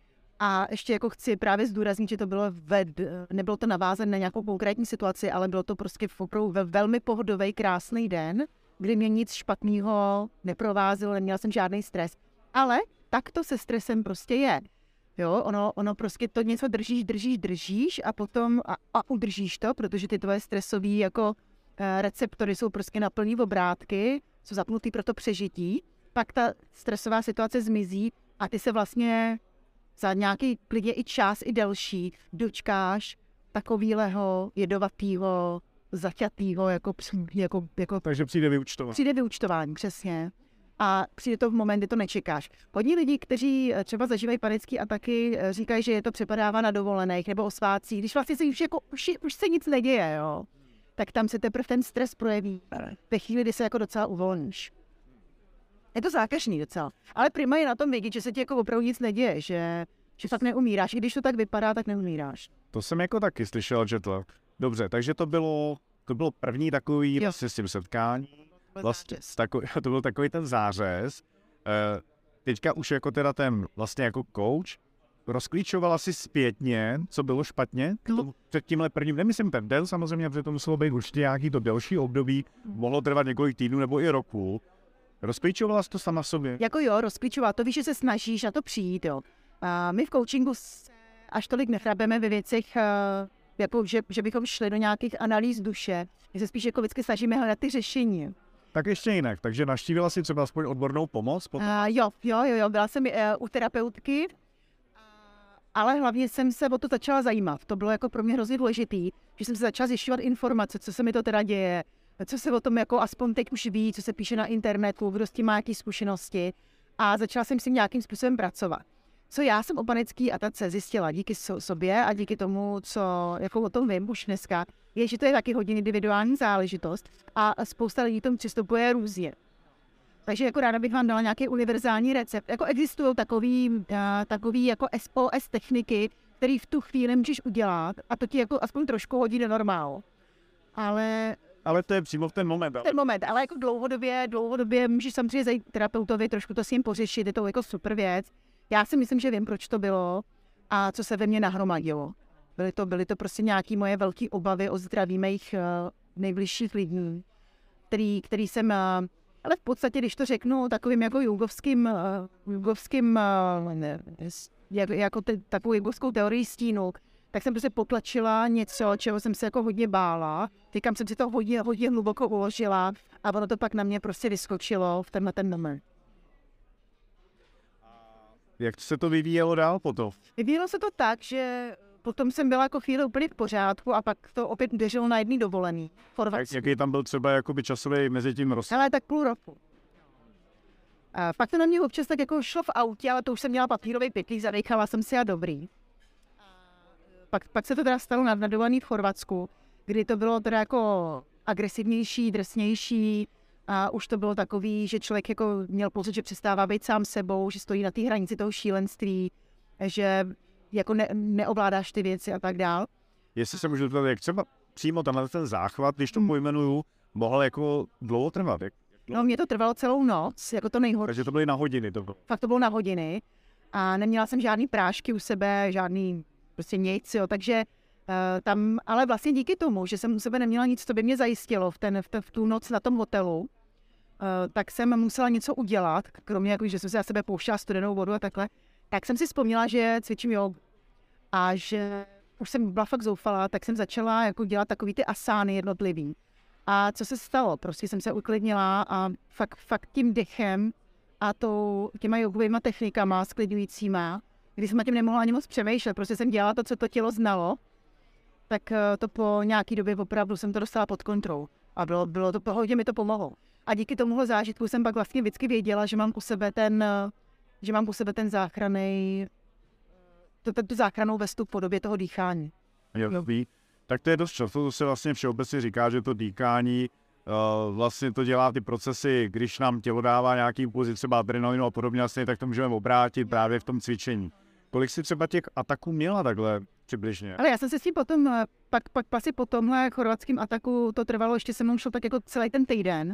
B: A ještě jako chci právě zdůraznit, že to bylo ved, nebylo to navázané na nějakou konkrétní situaci, ale bylo to prostě opravdu ve velmi pohodový, krásný den, kdy mě nic špatného neprovázelo, neměla jsem žádný stres. Ale tak to se stresem prostě je. Jo, ono, ono prostě to něco držíš, držíš, držíš a potom a, a udržíš to, protože ty tvoje stresové jako e, receptory jsou prostě na plný obrátky, jsou zapnutý pro to přežití, pak ta stresová situace zmizí a ty se vlastně za nějaký klidně i čas, i delší, dočkáš takovýhleho jedovatýho, zaťatýho, jako, jako, jako...
A: Takže přijde vyúčtování.
B: Přijde vyúčtování, přesně. A přijde to v moment, kdy to nečekáš. Hodně lidí, kteří třeba zažívají panické ataky, říkají, že je to přepadává na dovolených nebo o svátcích, když vlastně se už, jako, už, už se nic neděje, jo. Tak tam se teprve ten stres projeví ve chvíli, kdy se jako docela uvolníš. Je to zákažný docela. Ale prima je na tom vědět, že se ti jako opravdu nic neděje, že, že fakt neumíráš. I když to tak vypadá, tak neumíráš.
A: To jsem jako taky slyšel, že to... Dobře, takže to bylo, to bylo první takový vlastně s tím setkání. Vlastně takový, to byl takový ten zářez. E, teďka už jako teda ten vlastně jako coach rozklíčovala si zpětně, co bylo špatně. No. Před tímhle prvním, nemyslím ten den samozřejmě, protože to muselo být určitě nějaký to delší období, mohlo trvat několik týdnů nebo i roku. Rozklíčovala jsi to sama sobě?
B: Jako jo, rozklíčovala. To víš, že se snažíš na to přijít, jo. A my v coachingu až tolik nechrabeme ve věcech, jako že, že bychom šli do nějakých analýz duše. My se spíš jako vždycky snažíme hledat ty řešení.
A: Tak ještě jinak. Takže navštívila jsi třeba aspoň odbornou pomoc?
B: Uh, jo, jo, jo, jo. Byla jsem uh, u terapeutky, uh, ale hlavně jsem se o to začala zajímat. To bylo jako pro mě hrozně důležitý, že jsem se začala zjišťovat informace, co se mi to teda děje, co se o tom jako aspoň teď už ví, co se píše na internetu, kdo s tím má jaké zkušenosti. A začala jsem s tím nějakým způsobem pracovat. co já jsem o panický atace zjistila díky so, sobě a díky tomu, co jako o tom vím už dneska, je, že to je taky hodně individuální záležitost a spousta lidí tomu přistupuje různě. Takže jako ráda bych vám dala nějaký univerzální recept. Jako existují takový, uh, takový jako S O S techniky, které v tu chvíli můžeš udělat a to ti jako aspoň trošku hodí do normálu. Ale...
A: Ale to je přímo v ten moment.
B: Ten moment, ale jako dlouhodobě, dlouhodobě můžeš samozřejmě zajít k terapeutovi, trošku to s ním pořešit, je to jako super věc. Já si myslím, že vím, proč to bylo a co se ve mně nahromadilo. Byly to, byly to prostě nějaké moje velké obavy o zdraví mých uh, nejbližších lidí, který, který jsem, uh, ale v podstatě, když to řeknu takovým jako jugovským, uh, jugovským uh, ne, jak, jako te, takovou jugovskou teorii stínu, tak jsem prostě potlačila něco, čeho jsem se jako hodně bála. Říkám, jsem si to hodně, hodně hluboko uložila a ono to pak na mě prostě vyskočilo v tenhle ten moment.
A: Jak se to vyvíjelo dál potom?
B: Vyvíjelo se to tak, že potom jsem byla jako chvíli úplně v pořádku a pak to opět běželo na jedný dovolený.
A: Jak, jaký tam byl třeba jakoby časový mezi tím roz...
B: Hele, tak půl roku. A pak to na mě občas tak jako šlo v autě, ale to už jsem měla papírový pytlík, zadechala jsem si a dobrý. Pak, pak se to teda stalo nadnadovaný v Chorvatsku, kdy to bylo teda jako agresivnější, drsnější a už to bylo takový, že člověk jako měl pocit, že přestává být sám sebou, že stojí na té hranici toho šílenství, že jako ne, neovládáš ty věci a tak dál.
A: Jestli se můžu zeptat, jak třeba přímo tenhle ten záchvat, když to pojmenuju, mohl jako dlouho trvat? Jak dlouho?
B: No, mě to trvalo celou noc, jako to nejhorší.
A: Takže to byly na hodiny to bylo.
B: Fakt to bylo na hodiny a neměla jsem žádný prášky u sebe, žádný prostě nic, jo, takže uh, tam, ale vlastně díky tomu, že jsem u sebe neměla nic, co by mě zajistilo v, ten, v, ten, v tu noc na tom hotelu, uh, tak jsem musela něco udělat, kromě jako, že jsem si na sebe pouštěla studenou vodu a takhle, tak jsem si vzpomněla, že cvičím jogu a že už jsem byla fakt zoufalá, tak jsem začala jako dělat takový ty asány jednotlivý. A co se stalo? Prostě jsem se uklidnila a fakt, fakt tím dechem a tou, těma jogovýma technikama sklidňujícíma, když jsem na tím nemohla ani moc přemýšlet, prostě jsem dělala to, co to tělo znalo, tak to po nějaký době opravdu jsem to dostala pod kontrolou. A bylo, bylo to, hodně mi to pomohlo. A díky tomuhle zážitku jsem pak vlastně vždycky věděla, že mám u sebe ten, že mám u sebe ten záchranný, to, tu záchrannou vestu v podobě toho dýchání.
A: Jo. Tak to je dost často, to se vlastně všeobecně říká, že to dýchání uh, vlastně to dělá ty procesy, když nám tělo dává nějaký impulzy, třeba adrenalinu a podobně, vlastně, tak to můžeme obrátit právě v tom cvičení. Kolik jsi třeba těch ataků měla takhle přibližně?
B: Ale já jsem se s tím potom, pak, pak asi po tomhle chorvatském ataku to trvalo, ještě se mnou šlo tak jako celý ten týden.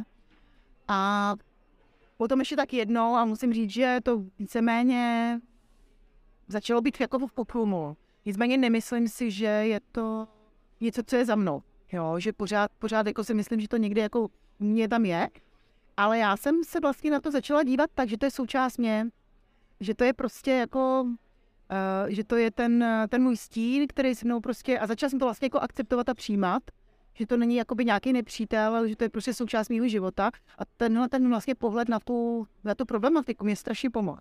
B: A potom ještě tak jednou a musím říct, že to víceméně začalo být jako v poprumu. Nicméně nemyslím si, že je to něco, co je za mnou. Jo, že pořád, pořád jako si myslím, že to někde jako mě tam je. Ale já jsem se vlastně na to začala dívat tak, že to je součást mě. Že to je prostě jako, uh, že to je ten, ten můj stín, který se mnou prostě, a začala jsem to vlastně jako akceptovat a přijímat, že to není jakoby nějaký nepřítel, ale že to je prostě součást mého života. A tenhle ten vlastně pohled na tu, na tu problematiku mě strašně pomohl.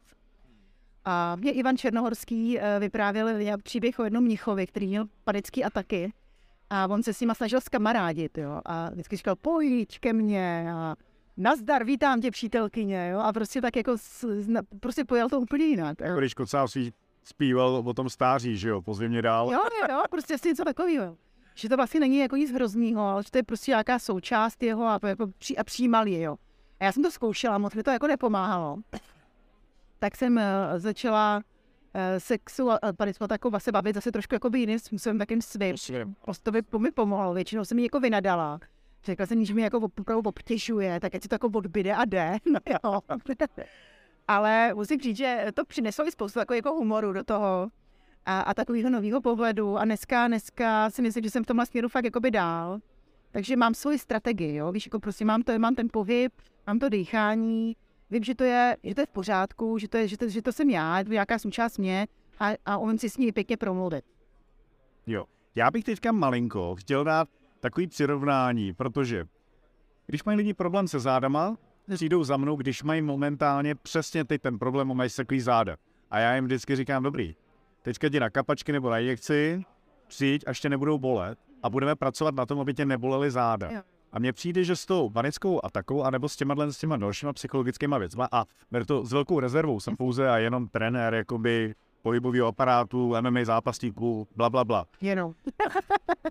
B: A mě Ivan Černohorský uh, vyprávěl příběh o jednom mnichovi, který měl panické ataky. A on se s nima snažil zkamarádit, jo. A vždycky říkal, pojď ke mně a nazdar, vítám tě, přítelkyně, jo. A prostě tak jako, prostě pojel to úplně jinak.
A: Jako když Kocáb zpíval o tom stáří, že jo, pozvi mě dál.
B: Jo, jo, prostě asi něco takového. Že to vlastně není jako nic hroznýho, ale že to je prostě nějaká součást jeho a, jako, a přijímal je, jo. A já jsem to zkoušela, moc mi to jako nepomáhalo. Tak jsem uh, začala sexu a panickou se bavit zase trošku jako jiným způsobem, takým svým. Prostě to mi pomohlo, většinou jsem mi jako vynadala. Řekla jsem, že mi jako opravdu obtěžuje, tak ať si to jako odbyde a jde. No jo. Ale musím říct, že to přineslo i spoustu takového jako humoru do toho a, a takového nového pohledu. A dneska, dneska si myslím, že jsem v tomhle směru fakt jakoby dál. Takže mám svoji strategii, jo. Víš, jako prostě mám, to, mám ten pohyb, mám to dýchání, vím, že to je, že to je v pořádku, že to, je, že to, že to jsem já, je to nějaká součást mě a, a umím si s ní pěkně promluvit.
A: Jo, já bych teďka malinko chtěl dát takový přirovnání, protože když mají lidi problém se zádama, přijdou za mnou, když mají momentálně přesně teď ten problém, mají takový záda. A já jim vždycky říkám, dobrý, teďka jdi na kapačky nebo na injekci, přijď, až tě nebudou bolet a budeme pracovat na tom, aby tě nebolely záda. Jo. A mně přijde, že s tou panickou atakou, anebo s těma, s těma dalšíma psychologickýma věcma, a ber to s velkou rezervou, jsem pouze a jenom trenér, jakoby pohybového aparátu, M M A zápasníků, bla, bla, bla.
B: Jenom.
A: uh,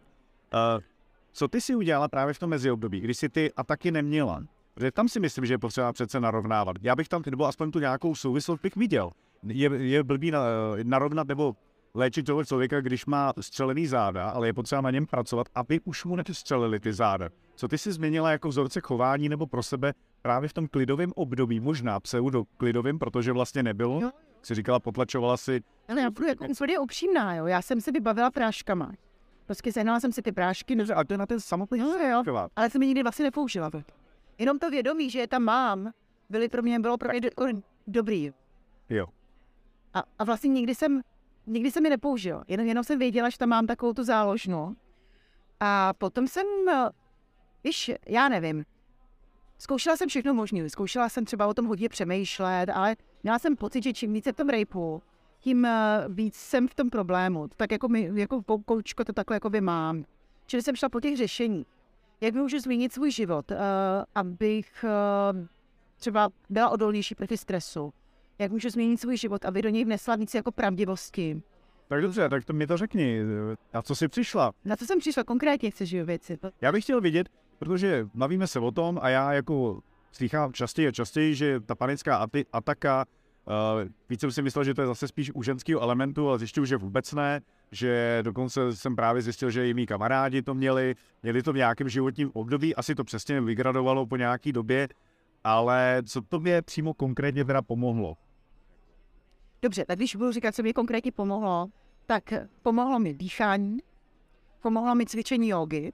A: co ty si udělala právě v tom meziobdobí, kdy si ty ataky neměla? Protože tam si myslím, že je potřeba přece narovnávat. Já bych tam, nebo aspoň tu nějakou souvislost bych viděl. Je, je blbý na, narovnat nebo léčit toho člověka, když má střelený záda, ale je potřeba na něm pracovat, aby už mu nevstřelili ty záda. Co ty si změnila jako vzorce chování nebo pro sebe právě v tom klidovém období, možná pseudo klidovým, protože vlastně nebylo? Jo. Si říkala, potlačovala si...
B: Ale já budu jako úplně upřímná, jo. Já jsem si vybavila práškama. Prostě sehnala jsem si ty prášky.
A: No, a to je na ten samotný...
B: No, jo. Ale jsem je nikdy vlastně nepoužila. Jenom to vědomí, že je tam mám, byly pro mě, bylo pro mě do, dobrý.
A: Jo.
B: A, a vlastně nikdy jsem, nikdy jsem je nepoužil. Jen, jenom jsem věděla, že tam mám takovou tu záložnu. A potom jsem, víš, já nevím, zkoušela jsem všechno možné. Zkoušela jsem třeba o tom hodně přemýšlet, ale měla jsem pocit, že čím víc jsem v tom rejpu, tím víc jsem v tom problému. Tak jako, my, jako koučko to takhle jako by mám. Čili jsem šla po těch řešení. Jak můžu změnit svůj život, uh, abych uh, třeba byla odolnější proti stresu. Jak můžu změnit svůj život, aby do něj vnesla víc jako pravdivosti.
A: Tak dobře, tak to mi to řekni. Na co jsi přišla?
B: Na co jsem přišla konkrétně, chceš věci?
A: Já bych chtěl vidět, protože bavíme se o tom a já jako slychám častěji a častěji, že ta panická ati- ataka, uh, víc jsem si myslel, že to je zase spíš u ženského elementu, ale zjišťuju, že vůbec ne. Že dokonce jsem právě zjistil, že i mý kamarádi to měli, měli to v nějakém životním období, asi to přesně vygradovalo po nějaký době, ale co to mě přímo konkrétně teda pomohlo?
B: Dobře, tak když budu říkat, co mi konkrétně pomohlo, tak pomohlo mi dýchání, pomohlo mi cvičení jógy,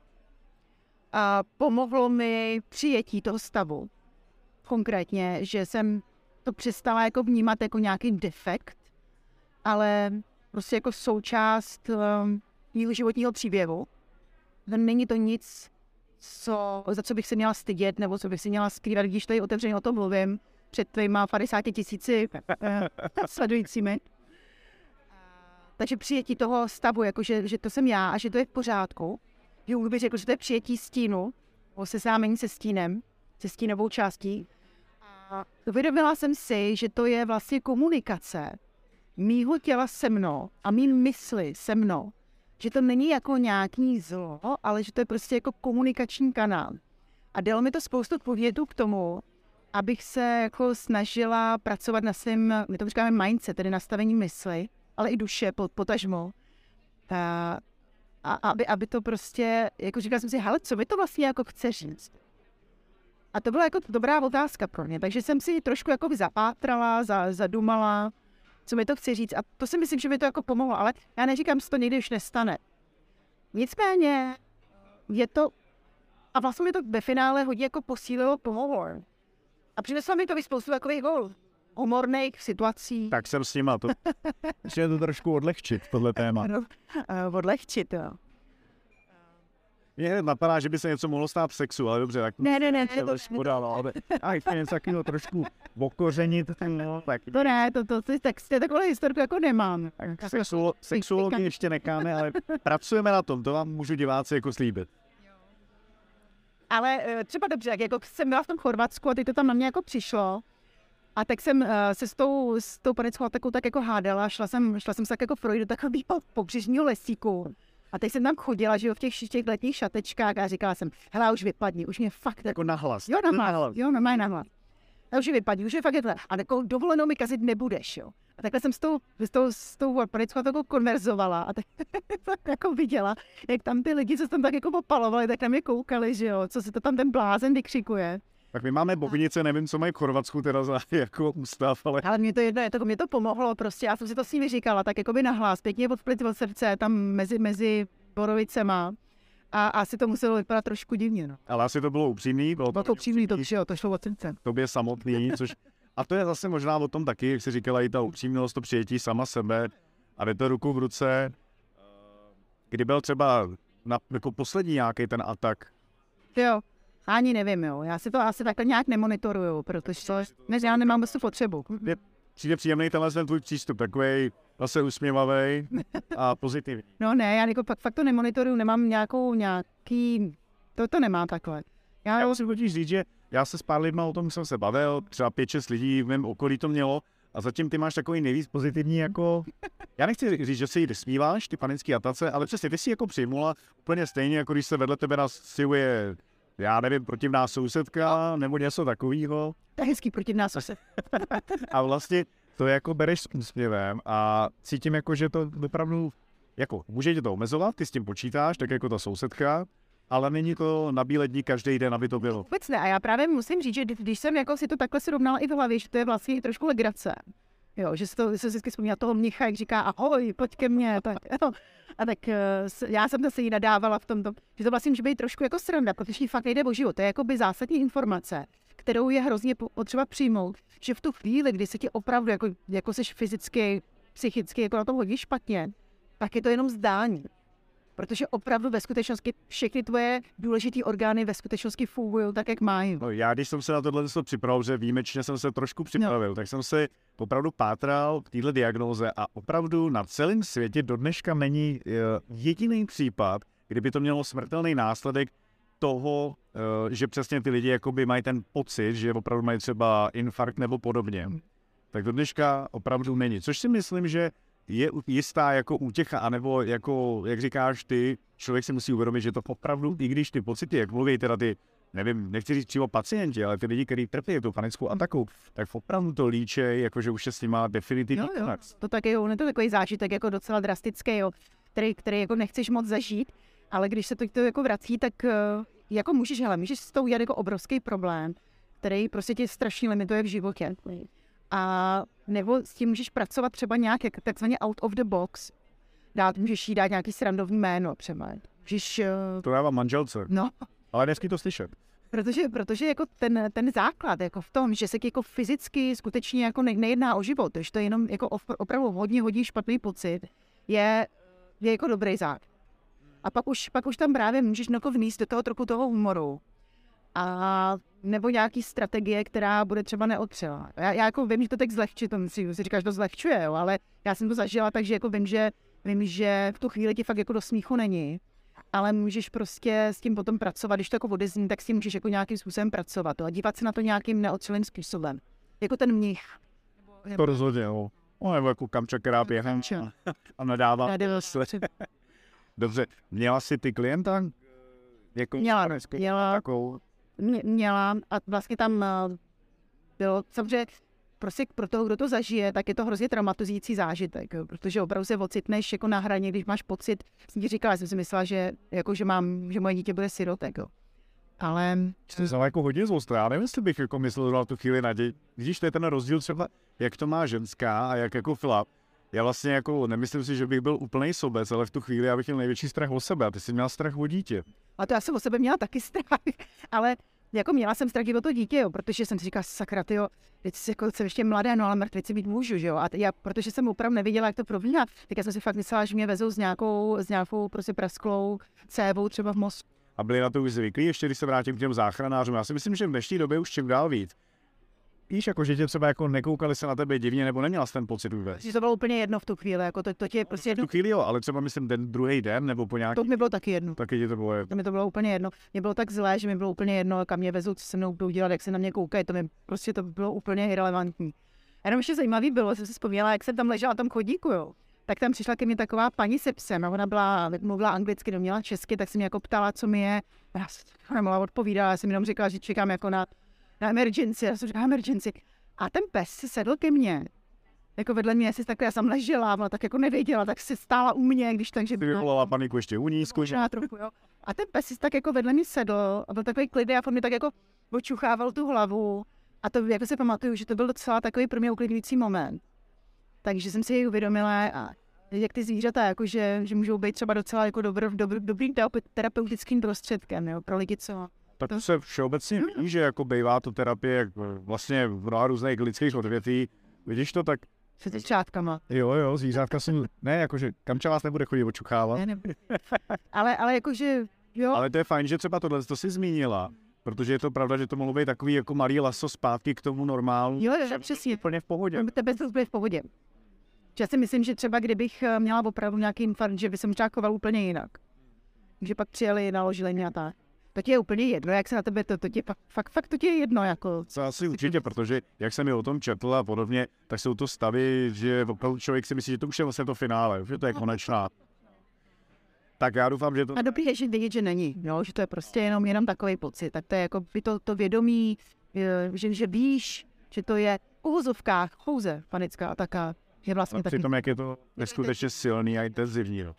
B: a pomohlo mi přijetí toho stavu. Konkrétně, že jsem to přestala jako vnímat jako nějaký defekt, ale prostě jako součást um, mého životního příběhu. Není to nic, co, za co bych se měla stydět, nebo co bych si měla skrývat, když tady otevřeně o tom mluvím před tvýma padesáti tisíci sledujícími. Takže přijetí toho stavu, jako že, že to jsem já a že to je v pořádku. Že bych řekl, že to je přijetí stínu, nebo sesámení se stínem, se stínovou částí. A uvědomila jsem si, že to je vlastně komunikace mýho těla se mnou a mý mysli se mnou. Že to není jako nějaký zlo, ale že to je prostě jako komunikační kanál. A dalo mi to spoustu podnětů k tomu, abych se jako snažila pracovat na svém, my to říkáme mindset, tedy nastavení mysli, ale i duše, potažmo. A, a aby, aby to prostě, jako říkala jsem si, hele, co mi to vlastně jako chce říct? A to byla jako dobrá otázka pro mě, takže jsem si trošku jako zapátrala, za, zadumala, co mi to chce říct a to si myslím, že mi to jako pomohlo, ale já neříkám, že to nikdy už nestane. Nicméně je to, a vlastně mi to ve finále hodně jako posílilo, pomohlo. A přineslo mi to spoustu takových gol, humorných situací.
A: Tak jsem s nima, to je to trošku odlehčit, tohle téma.
B: No, uh, odlehčit, jo.
A: Mě hned napadá, že by se něco mohlo stát v sexu, ale dobře, tak...
B: Ne, ne, ne, ne, to
A: škoda, no, ale... A ještě něco takového trošku okořenit, no, tak...
B: To ne, to, to, to, tak, takovou historku jako nemám.
A: Sexuolo, sexuologii ještě necháme, ale pracujeme na tom, to vám můžu diváci jako slíbit.
B: Ale třeba dobře, jak jako jsem byla v tom Chorvatsku a teď to tam na mě jako přišlo, a tak jsem uh, se s tou, s tou panickou atakou tak jako hádala, šla jsem, šla jsem se tak jako projít do takového pobřežního lesíku. A teď jsem tam chodila, že jo, v těch, v těch letních šatečkách a říkala jsem, hele, už vypadni, už mě fakt...
A: Jako nahlas.
B: Jo, nahlas, jo, normálně nahlas. A už je vypadni, už je fakt je a takovou dovolenou mi kazit nebudeš, jo. A takhle jsem s tou, s tou, s tou panickou atakou konverzovala a tak jako viděla, jak tam ty lidi, co se tam tak jako popalovali, tak na mě koukali, že jo, co se to tam ten blázen vykřikuje.
A: Tak my máme Bohunice, nevím, co mají v Chorvatsku teda za jako ústav, ale...
B: Ale mě to jedno, je to, mě to pomohlo prostě, já jsem si to s nimi říkala, tak jako by nahlas, pěkně odplit od srdce, tam mezi, mezi Borovicema a asi to muselo vypadat trošku divně, no.
A: Ale asi to bylo upřímný, bylo
B: to... to upřímný, to, jo, to šlo od srdce.
A: Tobě samotný, což... A to je zase možná o tom taky, jak jsi říkala, i ta upřímnost, to přijetí sama sebe a jde to ruku v ruce. Kdy byl třeba na, jako poslední nějaký ten atak?
B: Jo. Ani nevím, jo. Já si to asi takhle nějak nemonitoruju, protože to, ne, já nemám prostě potřebu.
A: Je, přijde příjemný tenhle ten tvůj přístup, takovej zase usměvavý a pozitivní.
B: No ne, já jako fakt, fakt to nemonitoruju, nemám nějakou, nějaký, to to nemám takhle.
A: Já, já musím totiž říct, že já se s pár lidma o tom jsem se bavil, třeba pět, šest lidí v mém okolí to mělo a zatím ty máš takový nejvíc pozitivní jako... Já nechci říct, že si jí vysmíváš, ty panický atace, ale přesně ty si jako přijmula úplně stejně, jako když se vedle tebe nastěhuje, já nevím, protivná sousedka nebo něco takového.
B: To je hezký protivná soused.
A: A vlastně to jako bereš s úsměvem a cítím jako, že to opravdu, jako může tě to omezovat, ty s tím počítáš, tak jako ta sousedka, ale není to na bílé dní každý den, aby to bylo.
B: Vůbec ne. A já právě musím říct, že když jsem jako si to takhle srovnala i v hlavě, že to je vlastně trošku legrace. Jo, že se to se vždycky vzpomíná toho mnicha, jak říká ahoj, pojď ke mně. Tak, no. A tak já jsem zase jí nadávala v tomto, že to vlastně může být trošku jako sranda, protože jí fakt nejde o život. To je jakoby zásadní informace, kterou je hrozně potřeba přijmout, že v tu chvíli, kdy se ti opravdu jako, jako seš fyzicky, psychicky jako na tom hodí špatně, tak je to jenom zdání. Protože opravdu ve skutečnosti všechny tvoje důležité orgány ve skutečnosti fungují tak, jak mají.
A: No, já, když jsem se na tohle připravil, že výjimečně jsem se trošku připravil, no. tak jsem se opravdu pátral k téhle diagnóze a opravdu na celém světě do dneška není uh, jediný případ, kdyby to mělo smrtelný následek toho, uh, že přesně ty lidi jakoby mají ten pocit, že opravdu mají třeba infarkt nebo podobně. Tak do dneška opravdu není. Což si myslím, že je jistá jako útěcha, anebo jako, jak říkáš ty, člověk si musí uvědomit, že to opravdu, i když ty pocity, jak mluví teda ty, nevím, nechci říct přímo pacienti, ale ty lidi, kteří trpí tou panickou atakou, tak opravdu to líčej, jakože už je s nima definitivní kontakt.
B: To tak je, on je to takový zážitek jako docela drastický, jo, který, který jako nechceš moc zažít, ale když se to, to jako vrací, tak jako můžeš, hele, můžeš s tou udělat jako obrovský problém, který prostě tě strašně limituje v životě. A nebo s tím můžeš pracovat třeba nějak jak takzvaně out of the box. Dát, můžeš jí dát nějaký srandovní jméno třeba. Můžeš, uh...
A: To dávám manželce.
B: No.
A: Ale dnesky to slyšet.
B: Protože, protože jako ten, ten základ jako v tom, že se jako fyzicky skutečně jako ne, nejedná o život, že to je jenom jako opravdu hodně hodně špatný pocit, je, je jako dobrý základ. A pak už, pak už tam právě můžeš jako vníst do toho trochu toho humoru. A nebo nějaký strategie, která bude třeba neotřela. Já, já jako vím, že to tak zlehčí, to si, si říkáš, že to zlehčuje, jo, ale já jsem to zažila, takže jako vím, že, vím, že v tu chvíli ti fakt jako do smíchu není, ale můžeš prostě s tím potom pracovat, když to jako odezní, tak s tím můžeš jako nějakým způsobem pracovat a dívat se na to nějakým neotřelým způsobem. Jako ten mnich.
A: To rozhodně, jo. No, nebo jako Kamča, která během a nadává. Dobře, měla jsi ty klienta? Jako
B: měla, měla.
A: Takovou...
B: Měla a vlastně tam bylo, samozřejmě prostě pro toho, kdo to zažije, tak je to hrozně traumatizující zážitek, jo, protože opravdu se ocitneš jako na hraně, když máš pocit, jsem ti říkala, jsem si myslela, že, jako, že, mám, že moje dítě bude sirotek, jo. Ale...
A: Jsi vzala jako hodně zlostrá, já nevím, jestli bych jako myslel na tu chvíli naději, když to je ten rozdíl třeba, jak to má ženská a jak jako chlap. Já vlastně jako nemyslím si, že bych byl úplnej sobec, ale v tu chvíli já bych měl největší strach o sebe a ty jsi měl strach o dítě.
B: A to já jsem o sebe měla taky strach, ale jako měla jsem strach i o to dítě, jo, protože jsem si říkala, sakra, tyjo, teď jsi jako jsem ještě mladé, no ale mrtvici být můžu, že jo, a já, protože jsem opravdu nevěděla, jak to probíhá, tak já jsem si fakt myslela, že mě vezou s nějakou, s nějakou prostě prasklou cévou třeba v mozku.
A: A byli na to už zvyklí, ještě když se vrátím k těm záchranářům, já si myslím, že v dnešní době už čím dál víc. Víš, jako, že tě třeba jako nekoukali se na tebe divně, nebo neměla jsi ten pocit vůbec?
B: Že to bylo úplně jedno v tu chvíli, jako to, to tě prostě jedno.
A: V tu chvíli jo, ale třeba myslím ten druhý den, nebo po nějaký...
B: To mi bylo taky jedno.
A: Taky ti to bylo jedno.
B: To mi to bylo úplně jedno. Mě bylo tak zlé, že mi bylo úplně jedno, kam mě vezou, co se mnou budou dělat, jak se na mě koukají, to mi prostě to bylo úplně irelevantní. Jenom ještě zajímavý bylo, jsem si vzpomněla, jak jsem tam ležela na tom chodníku, jo. Tak tam přišla ke mně taková paní se psem a ona byla, mluvila anglicky, neměla česky, tak se mě jako ptala, co mi je. Já jsem nemohla odpovídat, já jsem jenom říkala, že čekám jako na, na emergency, já jsem říkala emergency. A ten pes se sedl ke mně. Jako vedle mě, jestli takhle já jsem ležela, ona tak jako nevěděla, tak se stála u mě, když takže...
A: Ty vyvolala paniku ještě u ní, zkušená.
B: Trochu, jo. A ten pes si tak jako vedle mě sedl a byl takový klidný a on mi tak jako očuchával tu hlavu. A to jako si pamatuju, že to byl docela takový pro mě uklidňující moment. Takže jsem si jej uvědomila a jak ty zvířata, jako že, že můžou být třeba docela jako dobr, dobr, dobrým terapeutickým prostředkem, jo, pro lidi, co...
A: Tak to se všeobecně ví, že jako bývá to terapie vlastně v mnoha různých lidských odvětví. Vidíš to tak?
B: Se zvířátkama.
A: Jo, jo, zvířátka jsem... Ne, jakože Kamča vás nebude chodit očuchávat.
B: Ne, ne. ale, ale jakože, jo.
A: Ale to je fajn, že třeba tohle to si zmínila. Protože je to pravda, že to mohlo být takový jako malý laso zpátky k tomu normálu.
B: Jo, jo, přesně.
A: Úplně v pohodě.
B: Tebe to bude v pohodě. Já si myslím, že třeba kdybych měla opravdu nějaký infarkt, že by se možná choval úplně jinak. Takže pak přijeli, naložili mě a tak. To ti je úplně jedno, jak se na tebe, to, to tě, fakt, fakt, fakt to ti je jedno, jako.
A: Co asi určitě, protože jak jsem mi o tom četl a podobně, tak jsou to stavy, že opravdu člověk si myslí, že to už je vlastně to finále, že to je konečná. Tak já doufám, že to...
B: A dobrý je, že vědět, že není, jo? Že to je prostě jenom, jenom takový pocit. Tak to je jako by to, to vědomí, že, že víš, že to je v uvozovkách pouze panická ataka. Je vlastně taky...
A: Přitom, jak je to neskutečně silný a intenzivní. No.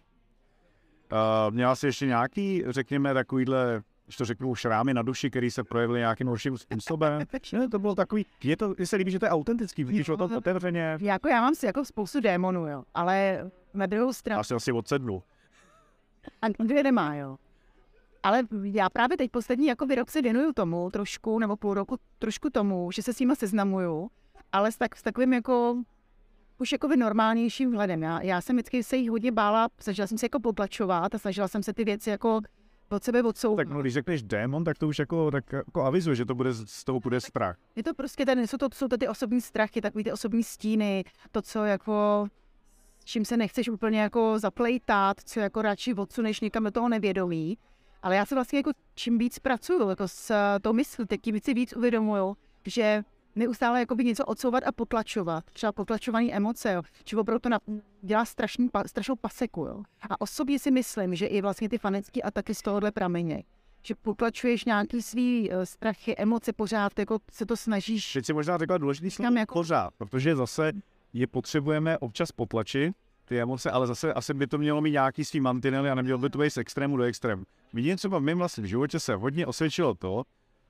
A: Uh, měla jsi ještě nějaký, řekněme, takovýhle, když to řeknu, šrámy na duši, který se projevily nějakým horším způsobem? Ne, to bylo takový, je to, mně se líbí, že to je autentický, víš o tom otevřeně.
B: Jako já mám si jako spoustu démonů, jo, ale na druhou stranu...
A: Asi asi odsednu.
B: A nikdo nemá, jo. Ale já právě teď poslední jako rok se věnuju tomu trošku, nebo půl roku trošku tomu, že se s nima seznamuju, ale s, tak, s takovým jako už jakoby normálnějším vhledem. Já, já jsem vždycky se jich hodně bála, snažila jsem se jako potlačovat a snažila jsem se ty věci jako od sebe odsouvat.
A: Tak no, když řekneš démon, tak to už jako, tak jako avizuje, že to bude, z toho bude strach.
B: Je to prostě ten, jsou to, jsou to ty osobní strachy, takový ty osobní stíny, to, co jako, čím se nechceš úplně jako zaplejtat, co jako radši odsuneš někam do toho nevědomí. Ale já se vlastně jako čím víc pracuju jako s tou myslí, tak tím si víc uvědomuju, že neustále jakoby něco odsouvat a potlačovat, třeba potlačované emoce, jo, že opravdu to na, dělá strašný, strašnou paseku. Jo. A osobně si myslím, že i vlastně ty fanatické ataky z tohohle prameně, že potlačuješ nějaký svý uh, strachy, emoce, pořád jako se to snažíš.
A: Teď si možná řekla důležitý slovo jako... pořád, protože zase je potřebujeme občas potlačit ty emoce, ale zase asi by to mělo mít nějaký svý mantinely a nemělo by to být z extrému do extrému. Vidím třeba v mém vlastním životě se hodně osvědčilo to,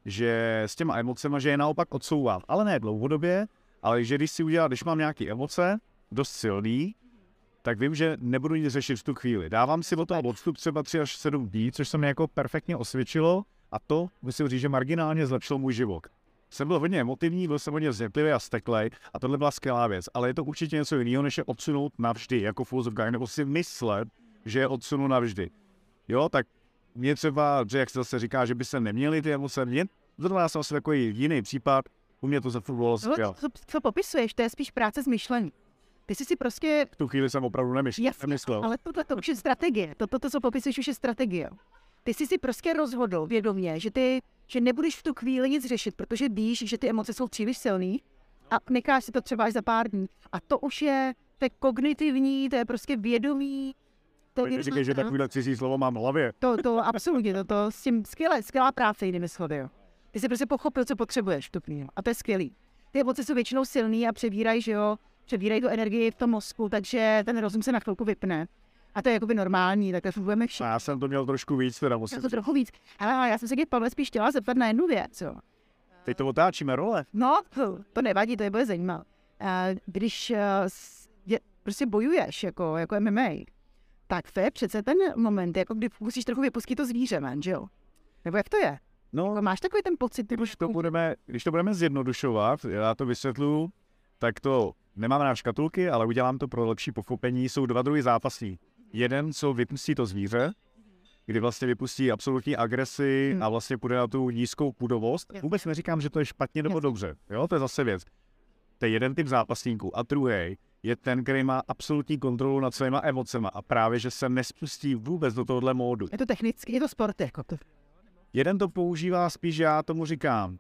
A: že s těma emocema, že je naopak odsouvám, ale ne dlouhodobě, ale že když si udělám, když mám nějaké emoce, dost silný, tak vím, že nebudu nic řešit v tu chvíli. Dávám si o toho odstup třeba tři až sedm dní, což se mi jako perfektně osvědčilo a to, musím říct, že marginálně zlepšilo můj život. Jsem byl hodně emotivní, byl jsem hodně vznětlivý a steklej a tohle byla skvělá věc, ale je to určitě něco jiného, než je odsunout navždy, jako v úzovkách, nebo si myslet, že je odsunu navždy. Jo, tak mě třeba, že jak se zase říká, že by se neměly ty emoce mět, zrovna já jsem asi takový jiný případ, u mě to zafungovalo skvěle.
B: Co, co popisuješ, to je spíš práce s myšlením. Ty jsi si prostě...
A: V tu chvíli jsem opravdu nemyšl,
B: Jasně,
A: nemyslel.
B: Ale tohle to už je strategie. Toto, to, co popisuješ, už je strategie. Ty jsi si prostě rozhodl vědomě, že ty že nebudeš v tu chvíli nic řešit, protože víš, že ty emoce jsou příliš silný a necháš si to třeba až za pár dní. A to už je, to je kognitivní, to je prostě vědomí.
A: To říkej, že takovýhle cizí slovo mám v hlavě.
B: To, to absolutně, to, to s tím skvělé, skvělá práce, jinými slovy, jo. Ty jsi prostě pochopil, co potřebuješ v tu chvíli. A to je skvělý. Ty emoce jsou většinou silný a přebírají, že jo, přebírají tu energii v tom mozku, takže ten rozum se na chvilku vypne. A to je jakoby normální, takhle fungujeme všichni.
A: Já jsem to měl trošku víc, teda musím.
B: Já to trochu víc. Ale já jsem se tě, Pavle, spíš chtěla zeptat na jednu věc, jo.
A: Teď to otáčíme role.
B: No, to, to nevadí, to je bude zajímavé. Když uh, prostě bojuješ jako, jako M M A, tak to je přece ten moment, jako kdy musíš trochu vypustit to zvíře, man, že jo? Nebo jak to je?
A: No,
B: máš takový ten pocit,
A: když to budeme, když to budeme zjednodušovat, já to vysvětluju, tak to nemáme na škatulky, ale udělám to pro lepší pochopení. Jsou dva druhy zápasí. Jeden, co vypustí to zvíře, kdy vlastně vypustí absolutní agresi hmm. a vlastně půjde na tu nízkou půdovost. Vůbec neříkám, že to je špatně nebo dobře. Jo, to je zase věc. To je jeden typ zápasníků. A druhý je ten, který má absolutní kontrolu nad svýma emocema a právě, že se nespustí vůbec do tohohle módu.
B: Je to technicky, je to sport, jako to.
A: Jeden to používá spíš, já tomu říkám,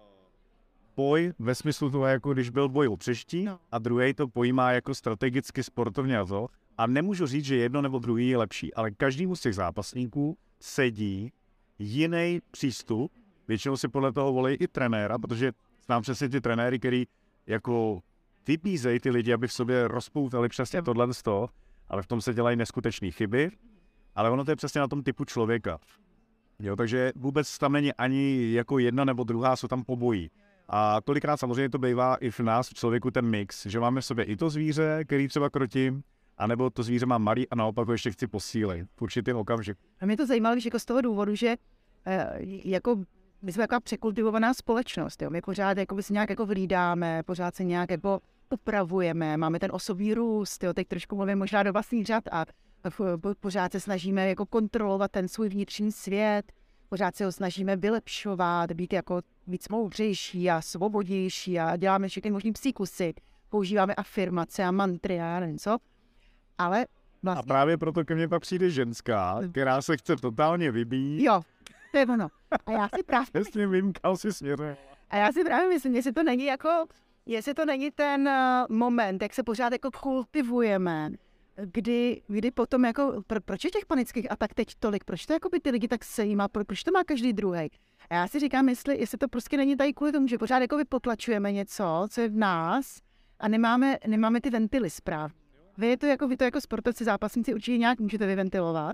A: boj ve smyslu toho, jako když byl boj o přežití, no. A druhý to pojímá jako strategicky sportovně a to. A nemůžu říct, že jedno nebo druhý je lepší, ale každému z těch zápasníků sedí jiný přístup. Většinou si podle toho volí i trenéra, protože znám přesně ty trenéry, který jako vybízejí ty lidi, aby v sobě rozpoutali přesně tohle z toho, ale v tom se dělají neskutečné chyby, ale ono to je přesně na tom typu člověka. Jo, takže vůbec tam není ani jako jedna nebo druhá, jsou tam obojí. A tolikrát samozřejmě to bývá i v nás, v člověku, ten mix, že máme v sobě i to zvíře, který třeba krotím, anebo to zvíře má malý a naopak ho ještě chci posílit v určitým okamžiku.
B: A mě to zajímalo, že jako z toho důvodu, že eh, jako my jsme taková překultivovaná společnost, jo? My pořád jako si nějak jako hlídáme, pořád se nějak jako upravujeme, máme ten osobní růst, jo? Teď trošku mluvím možná do vlastních řad a pořád se snažíme jako kontrolovat ten svůj vnitřní svět, pořád se ho snažíme vylepšovat, být jako víc moudřejší a svobodnější a děláme všechny možný psíkusy, používáme afirmace a mantry a já nevím co, ale vlastně...
A: A právě proto ke mně pak přijde ženská, která se chce totálně vybít.
B: Jo. To je ono. A já si právě...
A: Přesně vím, kam si směřuje.
B: A já si právě myslím, jestli to není jako, jestli to není ten uh, moment, jak se pořád jako kultivujeme, kdy, kdy potom jako, pro, proč je těch panických atak teď tolik, proč to jako by ty lidi tak sejímá, pro, proč to má každý druhý. A já si říkám, jestli, jestli to prostě není tady kvůli tomu, že pořád jako vypotlačujeme něco, co je v nás a nemáme, nemáme ty ventily správně. Vy to jako, vy to jako sportovci, zápasníci určitě nějak můžete vyventilovat,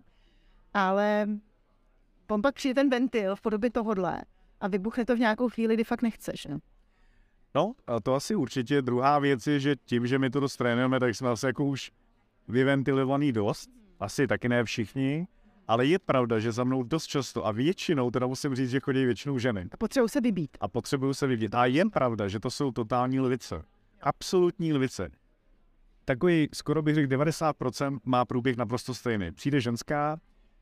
B: ale on pak přijde ten ventil v podobě tohodle a vybuchne to v nějakou chvíli, kdy fakt nechceš. Ne?
A: No, a to asi určitě. Druhá věc je, že tím, že my to dost trénujeme, tak jsme asi jako už vyventilovaný dost. Asi taky ne všichni, ale je pravda, že za mnou dost často a většinou, teda musím říct, že chodí většinou ženy.
B: A potřebují se vybít.
A: A potřebují se vybít. A je pravda, že to jsou totální lvice. Absolutní lvice. Takový, skoro bych řekl, devadesát procent má průběh naprosto stejný. Přijde ženská,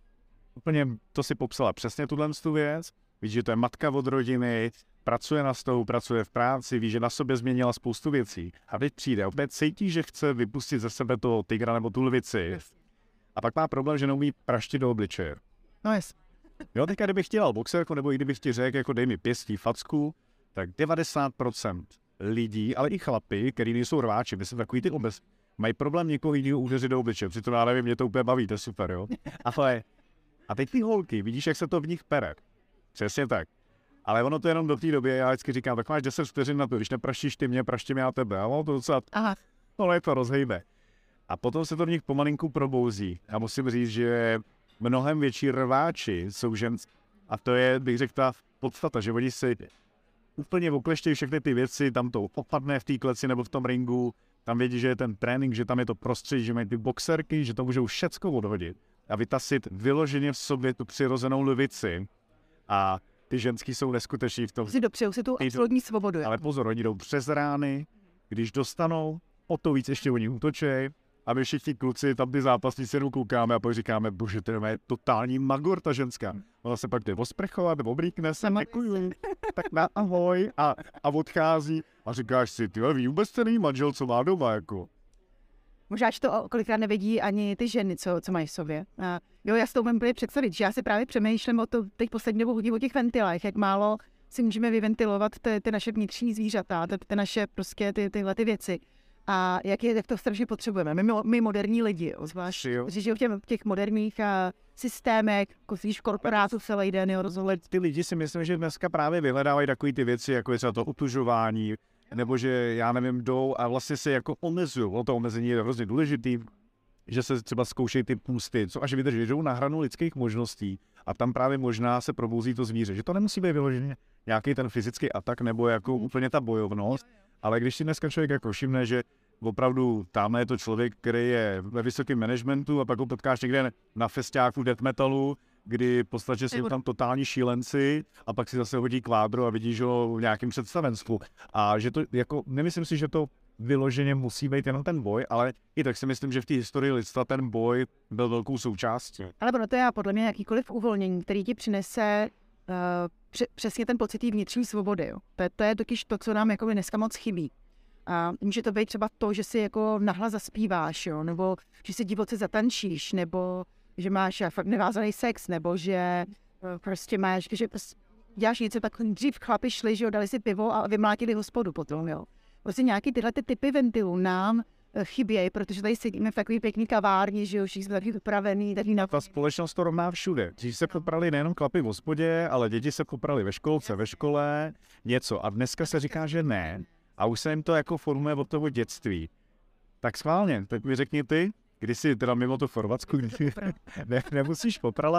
A: úplně to si popsala přesně tuhle věc, víš, že to je matka od rodiny, pracuje na stohu, pracuje v práci, ví, že na sobě změnila spoustu věcí. A teď přijde, opět cítí, že chce vypustit ze sebe toho tygra nebo tu lvici. A pak má problém, že neumí praštit do obličeje.
B: No jest.
A: Jo, teďka kdybych chtěl boxerku, nebo i kdybych ti řekl, jako dej mi pěstí, facku, tak devadesát procent lidí, ale i chlapy, který nejsou rváči, myslím takový ty obez, mají problém někoho jiného udeřit do obličeje. Přitom já nevím, mě to úplně baví, to je super, jo. Ale a teď ty holky, vidíš, jak se to v nich pere. Přesně tak. Ale ono to jenom do té doby, já vždycky říkám, tak máš deset vteřin na to, když nepraštíš ty mě, praštím já tebe. A ono to docela,
B: Aha.
A: no je to rozhejbe. A potom se to v nich pomalinku probouzí. A musím říct, že mnohem větší rváči jsou ženské. A to je, bych řekl, ta podstata, že oni si úplně okleštějí všechny ty věci, tam to opadne v té kleci nebo v tom ringu, tam vědí, že je ten trénink, že tam je to prostředí, že mají ty boxerky, že to můžou všecko odhodit a vytasit vyloženě v sobě tu přirozenou lvici. A ty ženský jsou neskuteční v tom.
B: Si dopřeju si tu absolutní svobodu.
A: Ale pozor, oni jdou přes rány, když dostanou, o to víc ještě oni útočej. A my všichni kluci, tam ty zápasníci jenom koukáme a pak říkáme, bože, to je totální magor, ta ženská. Ona se pak jde osprchovat, nebo oblíkne se, děkuji, tak na ahoj a, a odchází. A říkáš si, ty ví vůbec ten její manžel, co má doma, jako.
B: Možná, že to kolikrát nevědí ani ty ženy, co, co mají v sobě. A jo, já si to umím představit, že já si právě přemýšlím o to, teď poslední dobou hodně o těch ventilech, jak málo si můžeme vyventilovat ty, ty naše vnitřní zvířata, ty, ty naše prostě ty, tyhle ty věci. A jak, je, jak to strašně potřebujeme. My, my moderní lidi, zvlášť, že žijou v těch, těch moderních uh, systémech, jako v korporátu celý den, jo, rozhodle.
A: Ty lidi si myslím, že dneska právě vyhledávají takové ty věci, jako je třeba to utužování, nebo že, já nevím, jdou a vlastně se jako omezují. O to omezení je hrozně důležitý, že se třeba zkoušejí ty půsty, co až vydrží, jdou na hranu lidských možností a tam právě možná se probouzí to zvíře. Že to nemusí být vyloženě nějaký ten fyzický atak nebo jako úplně ta bojovnost, ale když si dneska člověk jako všimne, že opravdu tamhle je to člověk, který je ve vysokém managementu a pak ho potkáš někde na festiáku death metalu, kdy v podstatě jsou tam totální šílenci a pak si zase hodí kvádro a vidíš ho v nějakém představenstvu. A že to jako, nemyslím si, že to vyloženě musí být jenom ten boj, ale i tak si myslím, že v té historii lidstva ten boj byl velkou součástí.
B: Ale ono to je podle mě jakýkoliv uvolnění, který ti přinese uh, pře- přesně ten pocit vnitřní svobody. Jo. To, je, to je totiž to, co nám jako dneska moc chybí. A může to být třeba to, že si jako nahlas zaspíváš, jo, nebo že si divoce zatančíš, nebo že máš fakt nevázaný sex, nebo že prostě máš, že děláš něco, tak dřív chlapi šli, že jo, dali si pivo a vymlátili hospodu potom, jo. Prostě nějaký tyhle ty typy ventilů nám chybějí, protože tady sedíme v takový pěkný kavárně, že jo, všichni jsme taky upravený, taky na...
A: Ta společnost to rovná všude. Dřív se poprali nejenom chlapi v hospodě, ale děti se poprali ve školce, ve škole, něco. A dneska se říká, že ne. A už se jim to jako formuje od toho dětství. Tak schválně, teď mi řekni ty, když jsi teda mimo to Chorvatsku, ne, nemusíš poprala,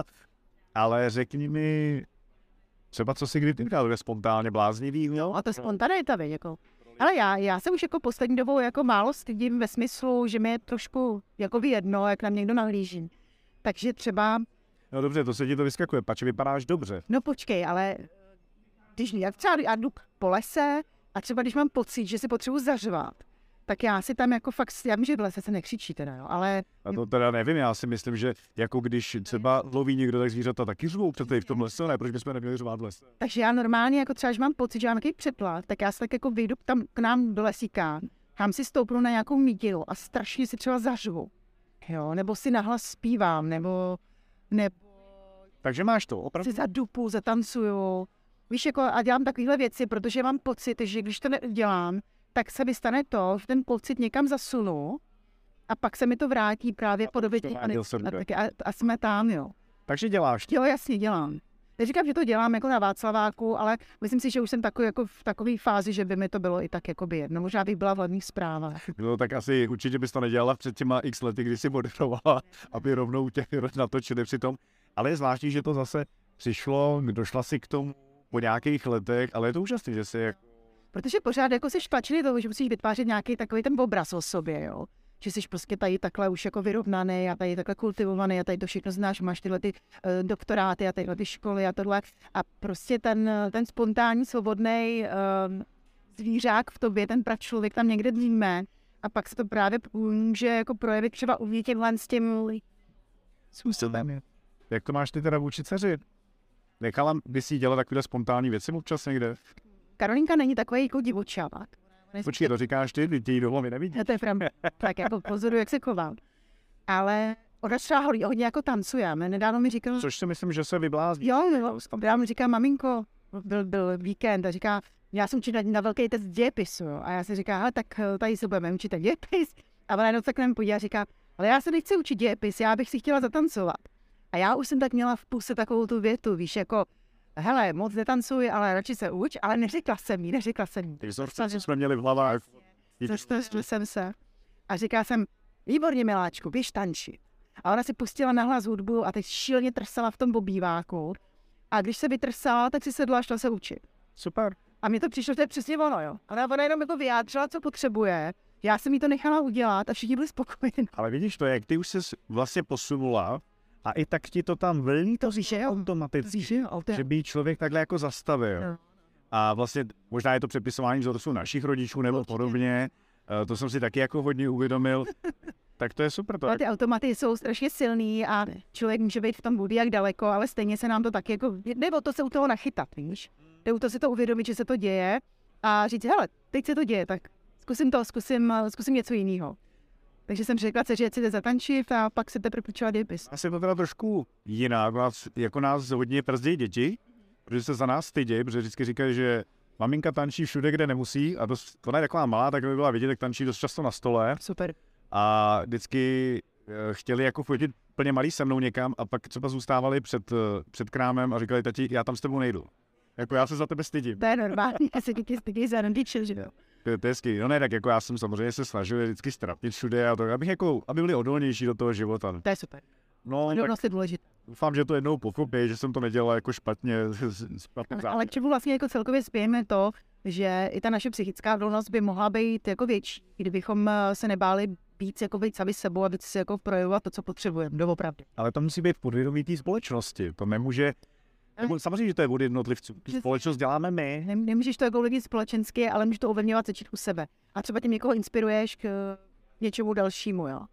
A: ale řekni mi třeba, co si kdy ty dělal, spontánně bláznivý, jo?
B: A to spontanita, víš, jako. Ale já, já se už jako poslední dobou jako málo stydím ve smyslu, že mi je trošku jako jedno, jak nám někdo nahlíží. Takže třeba...
A: No dobře, to se ti to vyskakuje, pač vypadáš dobře.
B: No počkej, ale když jak třeba já jdu po lese a třeba když mám pocit, že si potřebuji zařvat, tak já si tam jako fakt, já vím, že v lese se nekřičí teda, jo, ale...
A: A to teda nevím, já si myslím, že jako když třeba loví někdo, tak zvířata taky řvou přece v tom lese, ne, proč bychom neměli řvát v lese?
B: Takže já normálně, jako třeba, když mám pocit, že mám nějaký přetlak, tak já se tak jako vyjdu tam k nám do lesíka, tam si stoupnu na nějakou mítilu a strašně si třeba zařvu, jo, nebo si nahlas zpívám, nebo, nebo
A: Takže máš to, opravdu?
B: Si zadupu, zatancuju. Víš, jako a dělám takovéhle věci, protože mám pocit, že když to nedělám, tak se mi stane to, že ten pocit někam zasunu a pak se mi to vrátí právě podobě těch a, a, a jsme tam, jo.
A: Takže děláš?
B: Jo, jasně, dělám. Neříkám, že to dělám jako na Václaváku, ale myslím si, že už jsem takový, jako v takové fázi, že by mi to bylo i tak jakoby jedno. Možná bych byla v hlavních zprávách.
A: No tak asi určitě bys to nedělala před těma x lety, kdy jsi moderovala, aby rovnou tě natočili při tom. Ale je zvláštní, že to zase přišlo, došla si k tomu po nějakých letech, ale je to úžasné, že si jak...
B: Protože pořád jako jsi tlačili toho, že musíš vytvářet nějaký takový ten obraz o sobě, jo. Že jsi prostě tady takhle už jako vyrovnaný a tady takhle kultivovaný a tady to všechno znáš, máš tyhle ty uh, doktoráty a tyhle ty školy a tohle. A prostě ten, ten spontánní, svobodný uh, zvířák v tobě, ten pračlověk tam někde dříme a pak se to právě může jako projevit třeba uvnitř těmhle s tím způsobem.
A: Jak to máš ty teda vůči dceři? Nechala bys jí dělat takové spontánní věci občas někde?
B: Karolinka není takový jako divočák.
A: Počkej, to říkáš ty, ty jí dohlavy nevidí.
B: To je pravda. Tak jako pozoruju, jak se chovám. Ale ona třeba hodně jako tancujeme. Nedávno mi říkal...
A: Což si myslím, že se vyblází.
B: Jo, nedávno mi říká, maminko, byl, byl víkend a říká, já jsem učit na, na velký test dějepisu. Jo. A já si říká, hele, tak tady se budeme učit dějepis. A ona jenom tak nám podívá a říká, ale já se nechci učit dějepis, já bych si chtěla zatancovat. A já už jsem tak měla v puse takovou tu větu, víš, jako hele, moc netancuj, ale radši se uč, ale neřekla jsem jí, neřekla jsem jí.
A: Ty vzorce, co jsme měli v hlavách.
B: Zastavil jsem se a říká jsem, výborně miláčku, běž tančit. A ona si pustila nahlas hudbu a teď šíleně trsala v tom bobýváku. A když se vytrsala, tak si sedla a šla se učit.
A: Super.
B: A mně to přišlo, že to je přesně ono, jo. Ale ona jenom jako vyjádřila, co potřebuje. Já jsem jí to nechala udělat a všichni byli spokojení.
A: Ale vidíš to, jak ty už jsi vlastně posunula, a i tak ti to tam vlní to automaticky,
B: že, jo,
A: že by člověk takhle jako zastavil.
B: No.
A: A vlastně možná je to přepisování vzorců našich rodičů nebo určitě podobně, to jsem si taky jako hodně uvědomil. Tak to je super. To
B: ale ty automaty jsou strašně silný a člověk může být v tom body jak daleko, ale stejně se nám to taky jako, nebo to se u toho nachytat, víš? Jde u toho si to uvědomit, že se to děje a říct, hele, teď se to děje, tak zkusím to, zkusím, zkusím něco jiného. Takže jsem řekla, že si jde zatančit a pak se teprve počula dějepis.
A: Asi to teda trošku jinak, jako nás hodně brzdí děti, protože se za nás stydějí, protože vždycky říkají, že maminka tančí všude, kde nemusí a dost, ona je taková malá, tak by byla vidět, tak tančí dost často na stole.
B: Super.
A: A vždycky chtěli jako fotit plně malý se mnou někam a pak třeba zůstávali před, před krámem a říkali, tati, já tam s tebou nejdu. Jako já se za tebe stydím.
B: To je normální, já se díky stydí za rodiče, že jo.
A: To je hezky. No ne, tak jako já jsem samozřejmě se snažil vždycky strapnit všude a to, abych jako, aby byli odolnější do toho života.
B: To je super.
A: No,
B: odolnost je důležitá.
A: Doufám, že to jednou pochopí, že jsem to nedělal jako špatně.
B: ale, ale k čemu vlastně jako celkově spějeme to, že i ta naše psychická odolnost by mohla být jako větší, kdybychom se nebáli víc jako být sami sebou a víc si jako projevovat to, co potřebujeme, doopravdy.
A: Ale to musí být v podvědomí té společnosti. To nemůže. Nebo samozřejmě, že to je od jednotlivců. Společnost děláme my.
B: Nem, nemůžeš to jako ovlivnit společensky, ale můžeš to ovlivňovat začít u sebe. A třeba tím někoho inspiruješ k něčemu dalšímu, jo.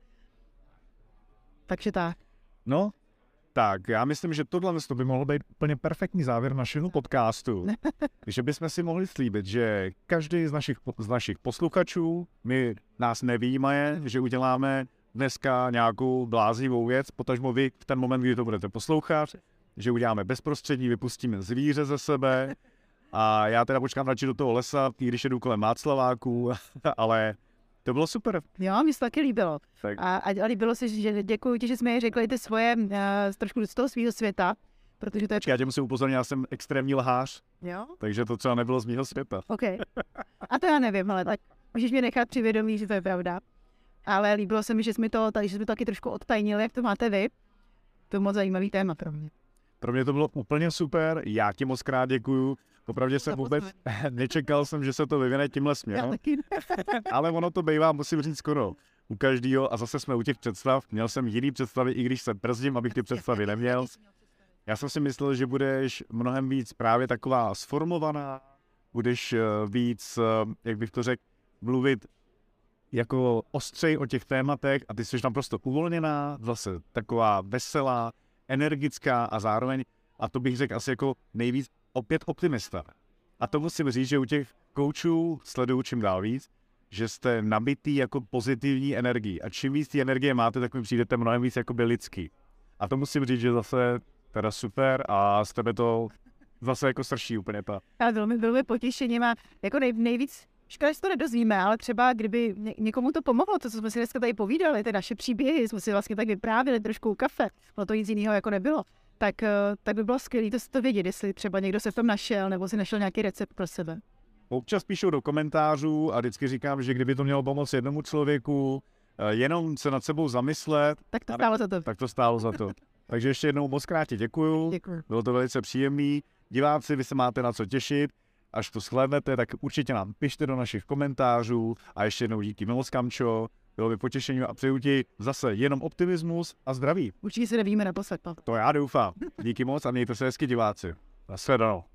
B: Takže tak.
A: No, tak já myslím, že tohle by mohl být úplně perfektní závěr našeho podcastu. Že bychom si mohli slíbit, že každý z našich, z našich posluchačů, my nás nevímaje, že uděláme dneska nějakou bláznivou věc, potažmo vy v ten moment, kdy to budete poslouchat, že uděláme bezprostřední, vypustíme zvíře ze sebe a já teda počkám radši do toho lesa, i když jedu kolem Václaváků, ale to bylo super.
B: Jo, mi se taky líbilo.
A: Tak.
B: A, a líbilo se, že děkuji ti, že jsme řekli ty svoje uh, trošku z toho svého světa, protože to je...
A: Já tě musím upozornit, já jsem extrémní lhář,
B: jo?
A: Takže to třeba nebylo z mýho světa.
B: OK. A to já nevím, ale tak můžeš mě nechat při vědomí, že to je pravda. Ale líbilo se mi, že jsme to, že jsme to taky trošku odtajnili, jak to máte vy. To je moc zajímavý téma pro mě.
A: Pro mě to bylo úplně super, já ti moc krát děkuju. Popravdě jsem vůbec nečekal jsem, že se to vyvine tímhle směrem. Ale ono to bývá, musím říct skoro u každého a zase jsme u těch představ. Měl jsem jiný představy, i když se brzdím, abych ty představy neměl. Já jsem si myslel, že budeš mnohem víc právě taková sformovaná, budeš víc, jak bych to řekl, mluvit jako ostřej o těch tématech a ty jsi naprosto uvolněná, zase taková veselá, energická a zároveň, a to bych řekl asi jako nejvíc, opět optimista. A to musím říct, že u těch koučů sleduju čím dál víc, že jste nabitý jako pozitivní energií. A čím víc té energie máte, tak mi přijdete mnohem víc jako by lidský. A to musím říct, že zase teda super a z tebe to zase jako srší úplně pa.
B: Ale bylo mi, bylo mi potěšením a jako nej, nejvíc, škoda, že to nedozvíme, ale třeba kdyby ně, někomu to pomohlo, to, co jsme si dneska tady povídali, ty naše příběhy, jsme si vlastně tak vyprávěli trošku u kafe, no to nic jiného jako nebylo, tak, tak by bylo skvělé to, to vědět, jestli třeba někdo se v tom našel, nebo si našel nějaký recept pro sebe.
A: Občas píšou do komentářů a vždycky říkám, že kdyby to mělo pomoct jednomu člověku, jenom se nad sebou zamyslet,
B: tak to stálo za to.
A: Tak to stálo za to. Takže ještě jednou moc krát děkuju.
B: Děkuju.
A: Bylo to velice příjemný. Diváci, vy se máte na co těšit. Až to shlédnete, tak určitě nám pište do našich komentářů. A ještě jednou díky moc, Kamčo. Bylo mi potěšením a přeju ti zase jenom optimismus a zdraví.
B: Určitě se nevíme naposled.
A: To já doufám. Díky moc a mějte se hezky, diváci. Nashledanou.